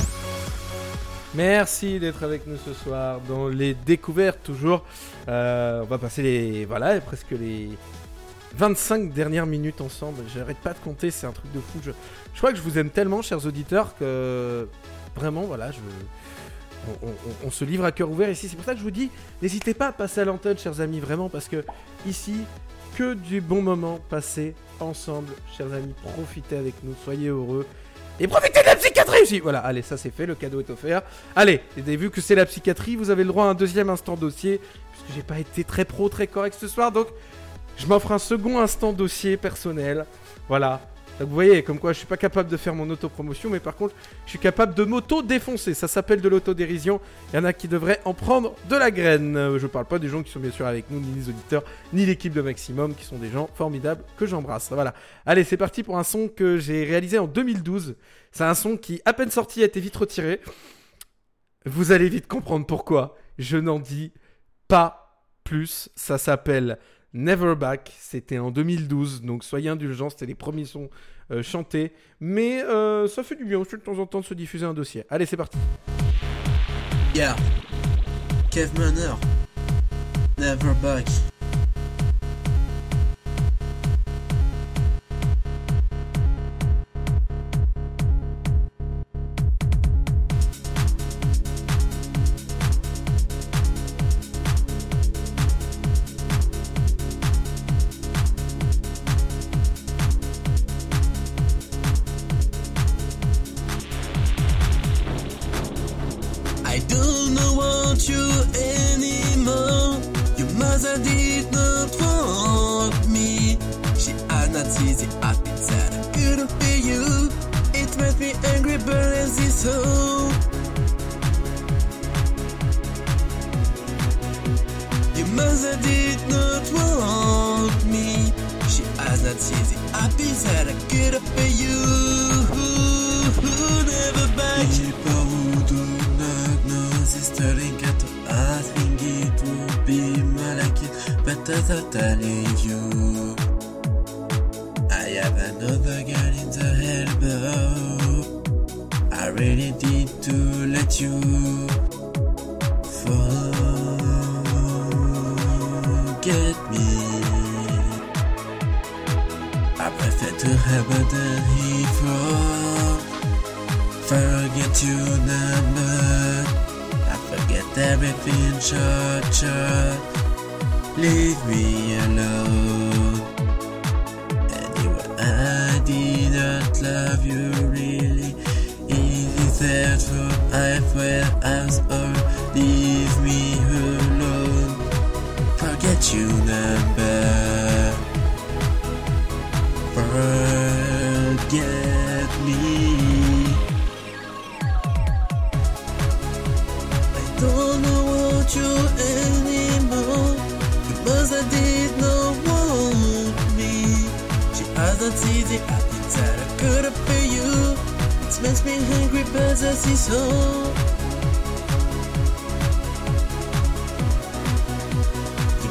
Merci d'être avec nous ce soir dans les découvertes toujours. Euh, on va passer les voilà presque les vingt-cinq dernières minutes ensemble. J'arrête pas de compter, c'est un truc de fou. Je, je crois que je vous aime tellement, chers auditeurs, que vraiment voilà, je, on, on, on se livre à cœur ouvert ici. C'est pour ça que je vous dis, n'hésitez pas à passer à l'antenne, chers amis, vraiment, parce que ici, que du bon moment passé ensemble, chers amis. Profitez avec nous, soyez heureux. Et profitez de la psychiatrie aussi. Voilà, allez, ça c'est fait, le cadeau est offert. Allez, et vu que c'est la psychiatrie, vous avez le droit à un deuxième instant dossier, puisque j'ai pas été très pro, très correct ce soir, donc je m'offre un second instant dossier personnel. Voilà. Donc vous voyez, comme quoi je suis pas capable de faire mon autopromotion, mais par contre, je suis capable de m'auto-défoncer. Ça s'appelle de l'autodérision. Il y en a qui devraient en prendre de la graine. Euh, je parle pas des gens qui sont bien sûr avec nous, ni les auditeurs, ni l'équipe de Maximum, qui sont des gens formidables que j'embrasse. Voilà. Allez, c'est parti pour un son que j'ai réalisé en deux mille douze. C'est un son qui, à peine sorti, a été vite retiré. Vous allez vite comprendre pourquoi. Je n'en dis pas plus. Ça s'appelle Never Back, c'était en deux mille douze, donc soyez indulgents, c'était les premiers sons euh, chantés, mais euh, ça fait du bien aussi de temps en temps de se diffuser un dossier. Allez, c'est parti. Yeah, Kev Manor, Never Back. I don't know what you anymore. Your mother did not want me. She had not easy happy that I couldn't be you. It made me angry, but as is so. Your mother did not want me. She has not easy happy that I couldn't be you. Never back. People who do not know this story got to ask, think it would be more like it, but I thought I leave you. I have another girl in the elbow. I really did to let you forget me. I prefer to have a than he for. Forget your number. I forget everything, short, short. Leave me alone. Anyway, I didn't love you really. Is it that for I felt as or leave me alone. Forget your number. Forget me. Don't know what you anymore. Because I did not want me. She hasn't easy happy that I could have been you. It makes me angry, but I see so.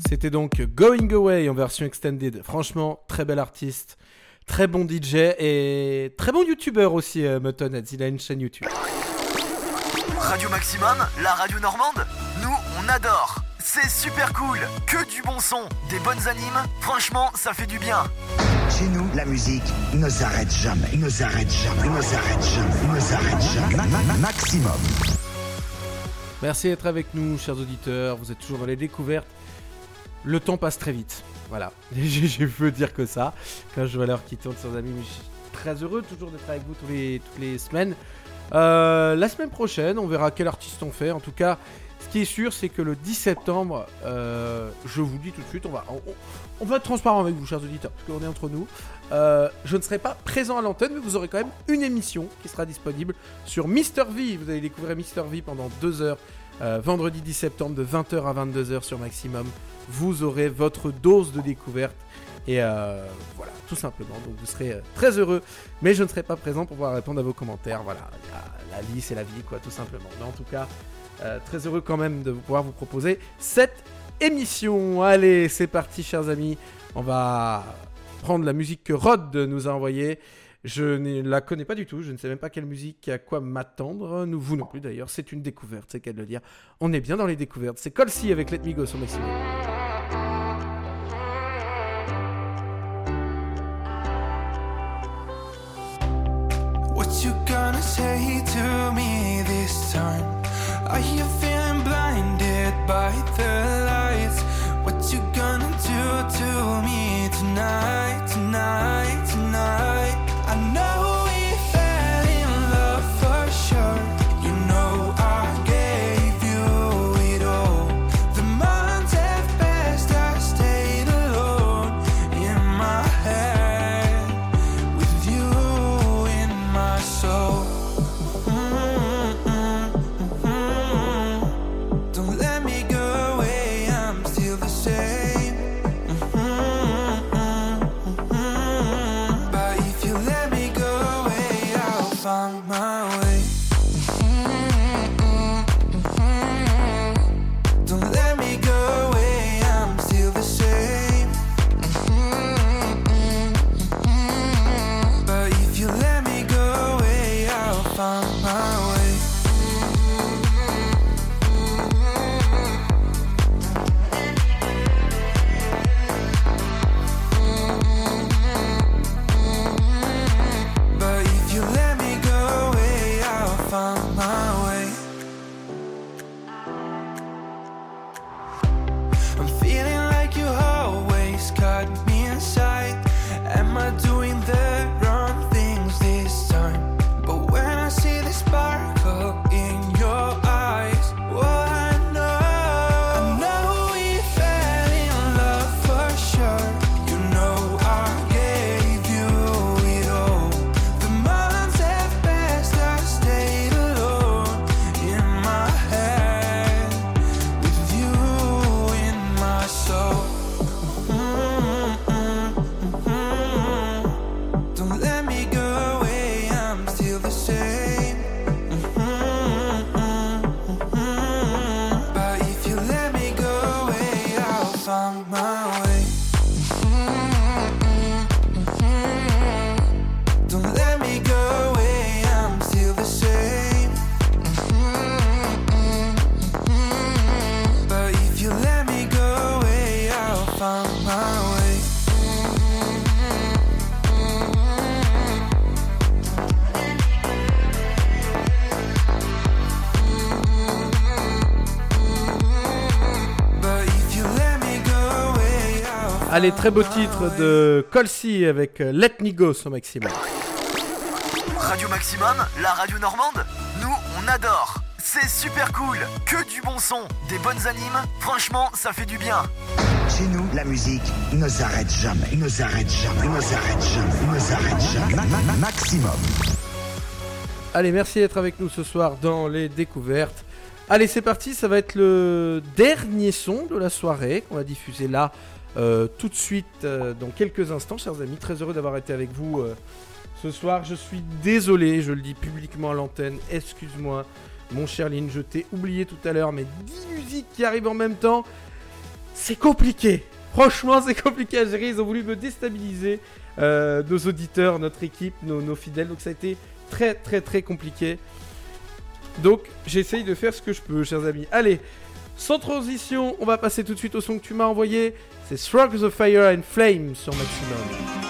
C'était donc Going Away en version extended. Franchement, très bel artiste, très bon D J et très bon youtubeur aussi, euh, Muttonheads. Il a une chaîne YouTube. Radio Maximum, la radio normande, nous on adore. C'est super cool, que du bon son, des bonnes animes, franchement ça fait du bien. Chez nous, la musique ne s'arrête jamais, ne s'arrête jamais, ne s'arrête jamais, ne s'arrête jamais. Ma- ma- ma- maximum. Merci d'être avec nous, chers auditeurs. Vous êtes toujours dans les découvertes. Le temps passe très vite. Voilà, je, je peux dire que ça. Quand je vois l'heure qui tourne, chers amis, je suis très heureux toujours d'être avec vous tous les, toutes les semaines. Euh, la semaine prochaine, on verra quel artiste on fait. En tout cas, ce qui est sûr, c'est que le dix septembre, euh, je vous le dis tout de suite, on va, on, on va être transparent avec vous, chers auditeurs, parce qu'on est entre nous. Euh, je ne serai pas présent à l'antenne, mais vous aurez quand même une émission qui sera disponible sur Mister V. Vous allez découvrir Mister V pendant deux heures, euh, vendredi dix septembre, de vingt heures à vingt-deux heures sur Maximum. Vous aurez votre dose de découverte. Et euh, voilà, tout simplement. Donc vous serez euh, très heureux, mais je ne serai pas présent pour pouvoir répondre à vos commentaires. Voilà, la, la vie, c'est la vie, quoi, tout simplement. Mais en tout cas, euh, très heureux quand même de pouvoir vous proposer cette émission. Allez, c'est parti, chers amis. On va prendre la musique que Rod nous a envoyée. Je ne la connais pas du tout, je ne sais même pas quelle musique, à quoi m'attendre. Nous, vous non plus d'ailleurs, c'est une découverte, c'est qu'à de le dire. On est bien dans les découvertes. C'est Colsey avec Let Me Go sur Maximum. What you gonna say to me this time? Are you feeling blinded by the lights? What you gonna do to me tonight, tonight, tonight? I know we fell in love for sure. You know I gave you it all. The months have passed, I stayed alone in my head with you in my soul. Mm-hmm, mm-hmm. Don't let me go away, I'm still the same. Mm-hmm, mm-hmm. But if you let me go away, I'll find my way. Don't let me go away, I'm still the same. But if you let me go away, I'll find my way. But if you let me go away, I'll find my way. I'm feeling like you always got me inside. Am I doing the wrong things this time? But when I see the sparkle in your eyes, oh, I know, I know we fell in love for sure. You know I gave you it all. The months have passed, I stayed alone in my head with you in my soul. Mm-hmm, mm-hmm. Don't let me go away, I'm still the same. Mm-hmm, mm-hmm. But if you let me go away, I'll find my way. Don't let me go away, I'm still the same. But if you let me go away, I'll find my way. But if you let me go away, I'll Allez, très beau titre de Colsey avec euh, Let Me Go sur Maximum. Radio Maximum, la radio normande, nous on adore. C'est super cool, que du bon son, des bonnes animes, franchement ça fait du bien. Chez nous, la musique ne s'arrête jamais, ne s'arrête jamais, ne s'arrête jamais, ne s'arrête jamais. Ma- ma- ma- maximum. Allez, merci d'être avec nous ce soir dans les découvertes. Allez, c'est parti, ça va être le dernier son de la soirée qu'on va diffuser là euh, tout de suite euh, dans quelques instants, chers amis. Très heureux d'avoir été avec vous euh, ce soir. Je suis désolé, je le dis publiquement à l'antenne, excuse-moi mon cher Lynn, je t'ai oublié tout à l'heure, mais dix musiques qui arrivent en même temps. c'est compliqué. Franchement, c'est compliqué à gérer. Ils ont voulu me déstabiliser, euh, nos auditeurs, notre équipe, nos, nos fidèles. Donc ça a été très très très compliqué. Donc j'essaye de faire ce que je peux, chers amis. Allez, sans transition, on va passer tout de suite au son que tu m'as envoyé. C'est Stroke the Fire and Flame sur Maximum.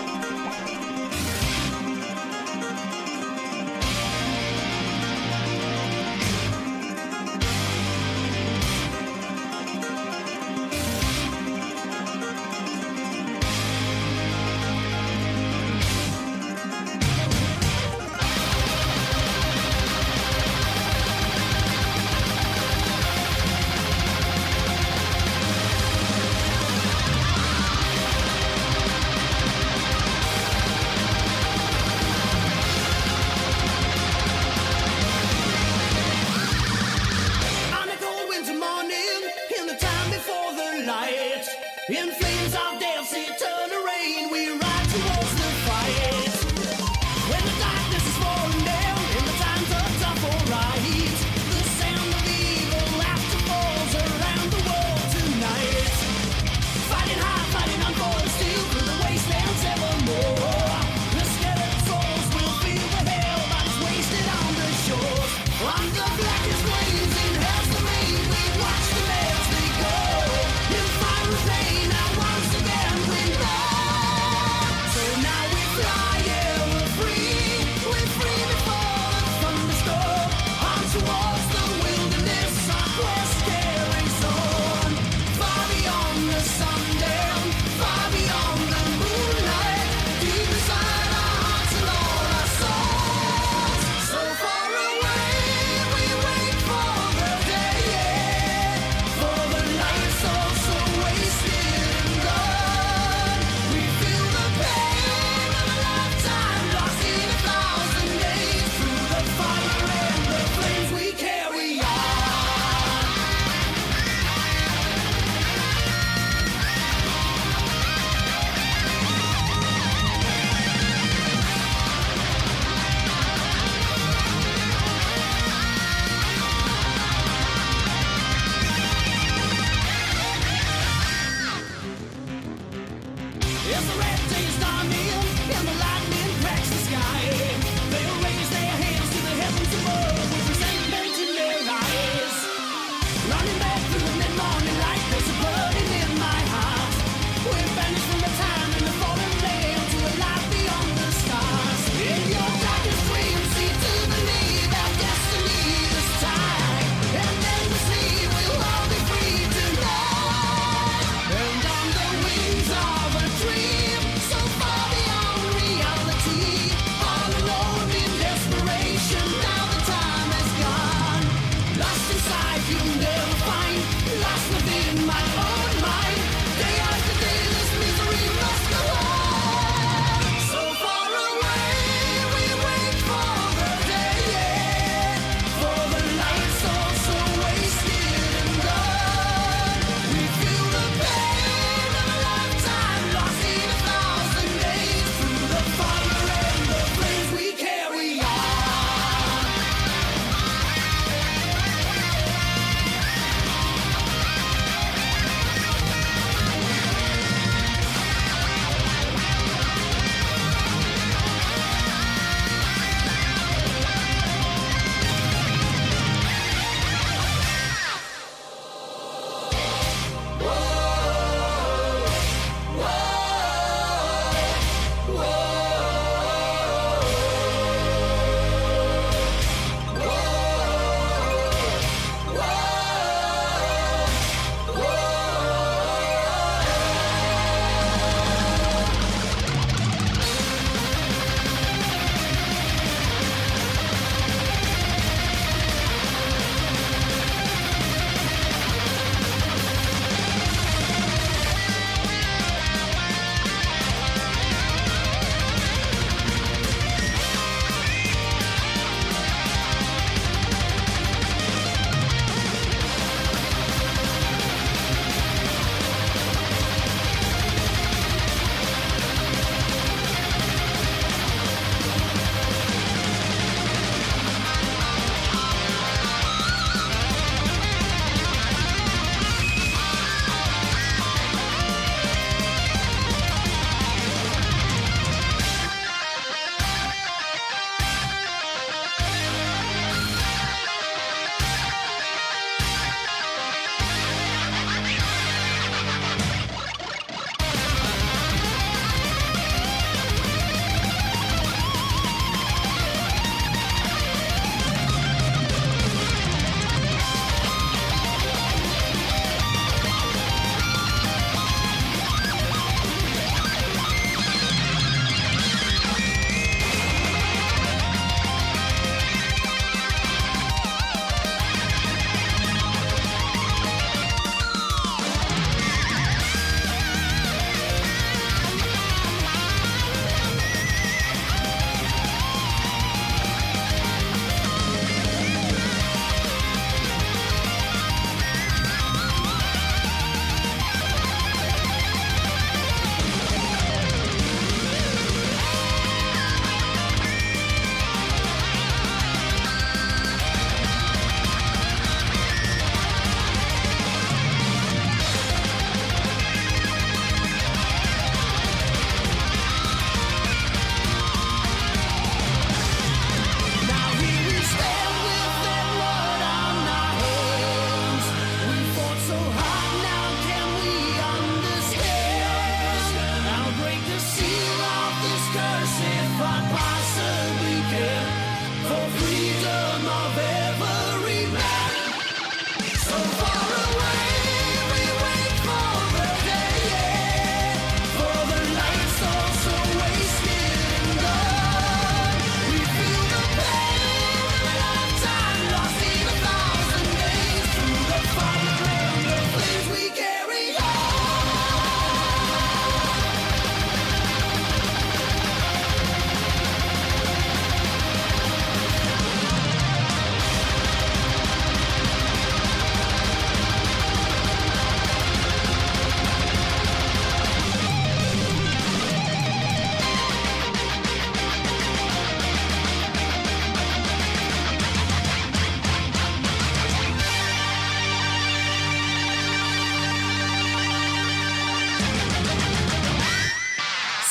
Now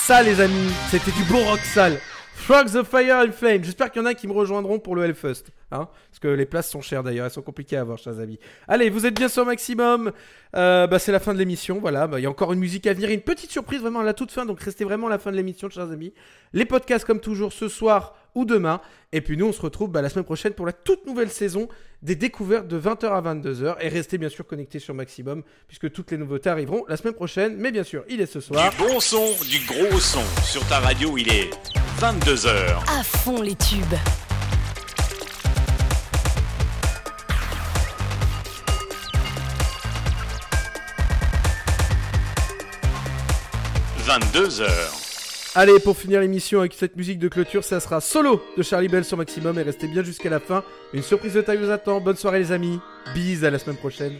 ça, les amis. C'était du bon rock sale. Frog the Fire and Flame. J'espère qu'il y en a qui me rejoindront pour le Hellfest. Hein, parce que les places sont chères d'ailleurs. Elles sont compliquées à avoir, chers amis. Allez, vous êtes bien sur Maximum. Euh, bah, c'est la fin de l'émission. Voilà. Bah, il y a encore une musique à venir. Une petite surprise vraiment à la toute fin. Donc restez vraiment à la fin de l'émission, chers amis. Les podcasts, comme toujours, ce soir ou demain. Et puis nous, on se retrouve bah, la semaine prochaine pour la toute nouvelle saison des découvertes de vingt heures à vingt-deux heures. Et restez bien sûr connectés sur Maximum, puisque toutes les nouveautés arriveront la semaine prochaine. Mais bien sûr, il est ce soir. Du bon son, du gros son. Sur ta radio, il est vingt-deux heures. À fond les tubes. vingt-deux heures. Allez, pour finir l'émission avec cette musique de clôture, ça sera Solo de Charlie Bell sur Maximum. Et restez bien jusqu'à la fin. Une surprise de taille vous attend. Bonne soirée les amis. Bis, à la semaine prochaine.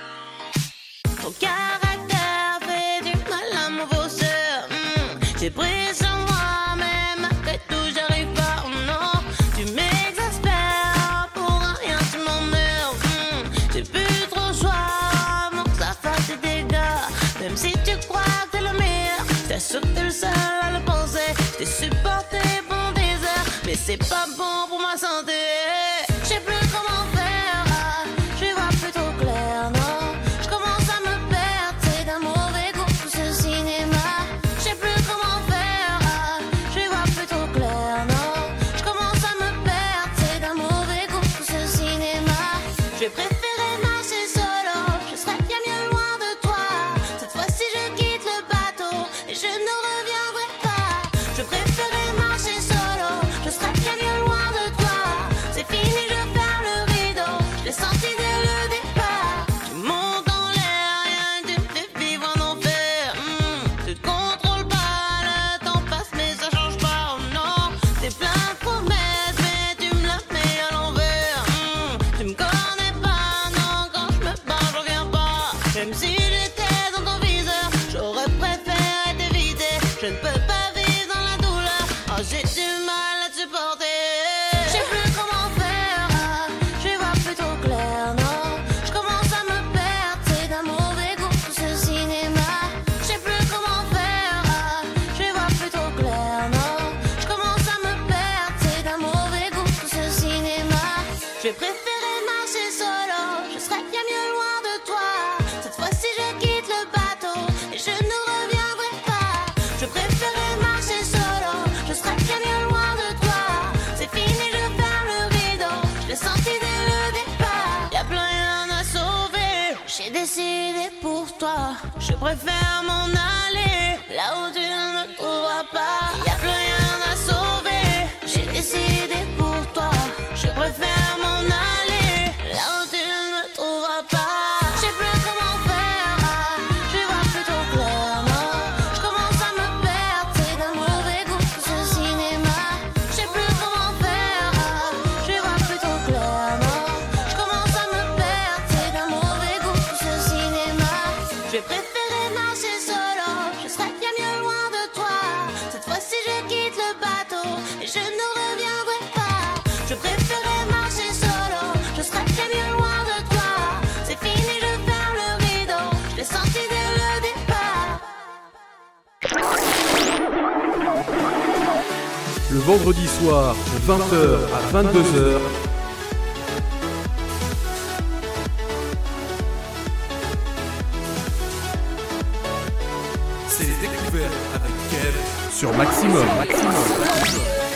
Ton caractère fait du mal à mon bosseur. Mmh. J'ai pris sur moi-même, après tout j'arrive pas, oh non. Tu m'exaspères, pour rien tu m'emmerdes. Mmh. J'ai plus trop choix, mon que ça fasse des dégâts. Même si tu crois que t'es le meilleur, t'assures que t'es le seul à le penser. T'es supporté pendant des heures, mais c'est pas bon pour ma santé. Je sais plus comment faire, ah, je vois plus trop clair, non. Je commence à me perdre, c'est d'un mauvais goût tout ce cinéma. Je sais plus comment faire, ah, je vois plus trop clair, non. Je commence à me perdre, c'est d'un mauvais goût tout ce cinéma. Je vais préférer marcher solo, je serai bien bien loin de toi. Cette fois-ci je quitte le bateau et je ne reviendrai pas. Je préférais marcher solo, je serai bien bien loin de toi. C'est fini, je ferme le rideau, je l'ai senti dès le départ. Tu montes en l'air, rien que tu me fais vivre en enfer. Mmh. Tu te contrôles pas, le temps passe mais ça change pas, oh non. T'es plein de promesses mais tu me la mets à l'envers. Mmh. Tu me connais pas, non, quand je me bats j'en viens pas. Même si j'étais dans ton viseur, j'aurais préféré t'éviter. Je ne peux pas vivre dans la douleur, oh j'ai du mal à te supporter. Je sais plus comment faire, ah, je vois plus trop clair, non. Je commence à me perdre, c'est d'un mauvais goût tout ce cinéma. Je sais plus comment faire, ah, je vois plus trop clair, non. Je commence à me perdre, c'est d'un mauvais goût tout ce cinéma. Je vais préférer marcher solo, je serai bien mieux loin de toi. Cette fois-ci je quitte le bateau et je ne reviendrai pas. Je préférais marcher solo, je serai bien mieux loin de toi. C'est fini, je ferme le rideau, je l'ai senti dès le départ. Y'a plus rien à sauver, j'ai décidé pour toi. Je préfère m'en aller, là où tu ne me trouveras pas. Y'a plus rien à sauver, j'ai décidé pour toi. Je préfère m'en aller, là où tu ne me trouveras pas. Je sais plus comment faire, ah, je vois plus trop clair, non. Je commence à me perdre, c'est d'un mauvais goût tout ce cinéma. Je sais plus comment faire, ah, je vois plus trop clair, non. Je commence à me perdre, c'est d'un mauvais goût tout ce cinéma. Je vais préférer marcher solo, je serai bien mieux loin de toi. Cette fois-ci je quitte le bateau et je ne reviendrai pas. Je préférais marcher solo, je serai bien mieux loin de toi. C'est fini, je ferme le rideau, je l'ai senti dès le départ. Le vendredi soir, de vingt heures à vingt-deux heures. C'est découvert avec Kev Sur Maximum. Maximum.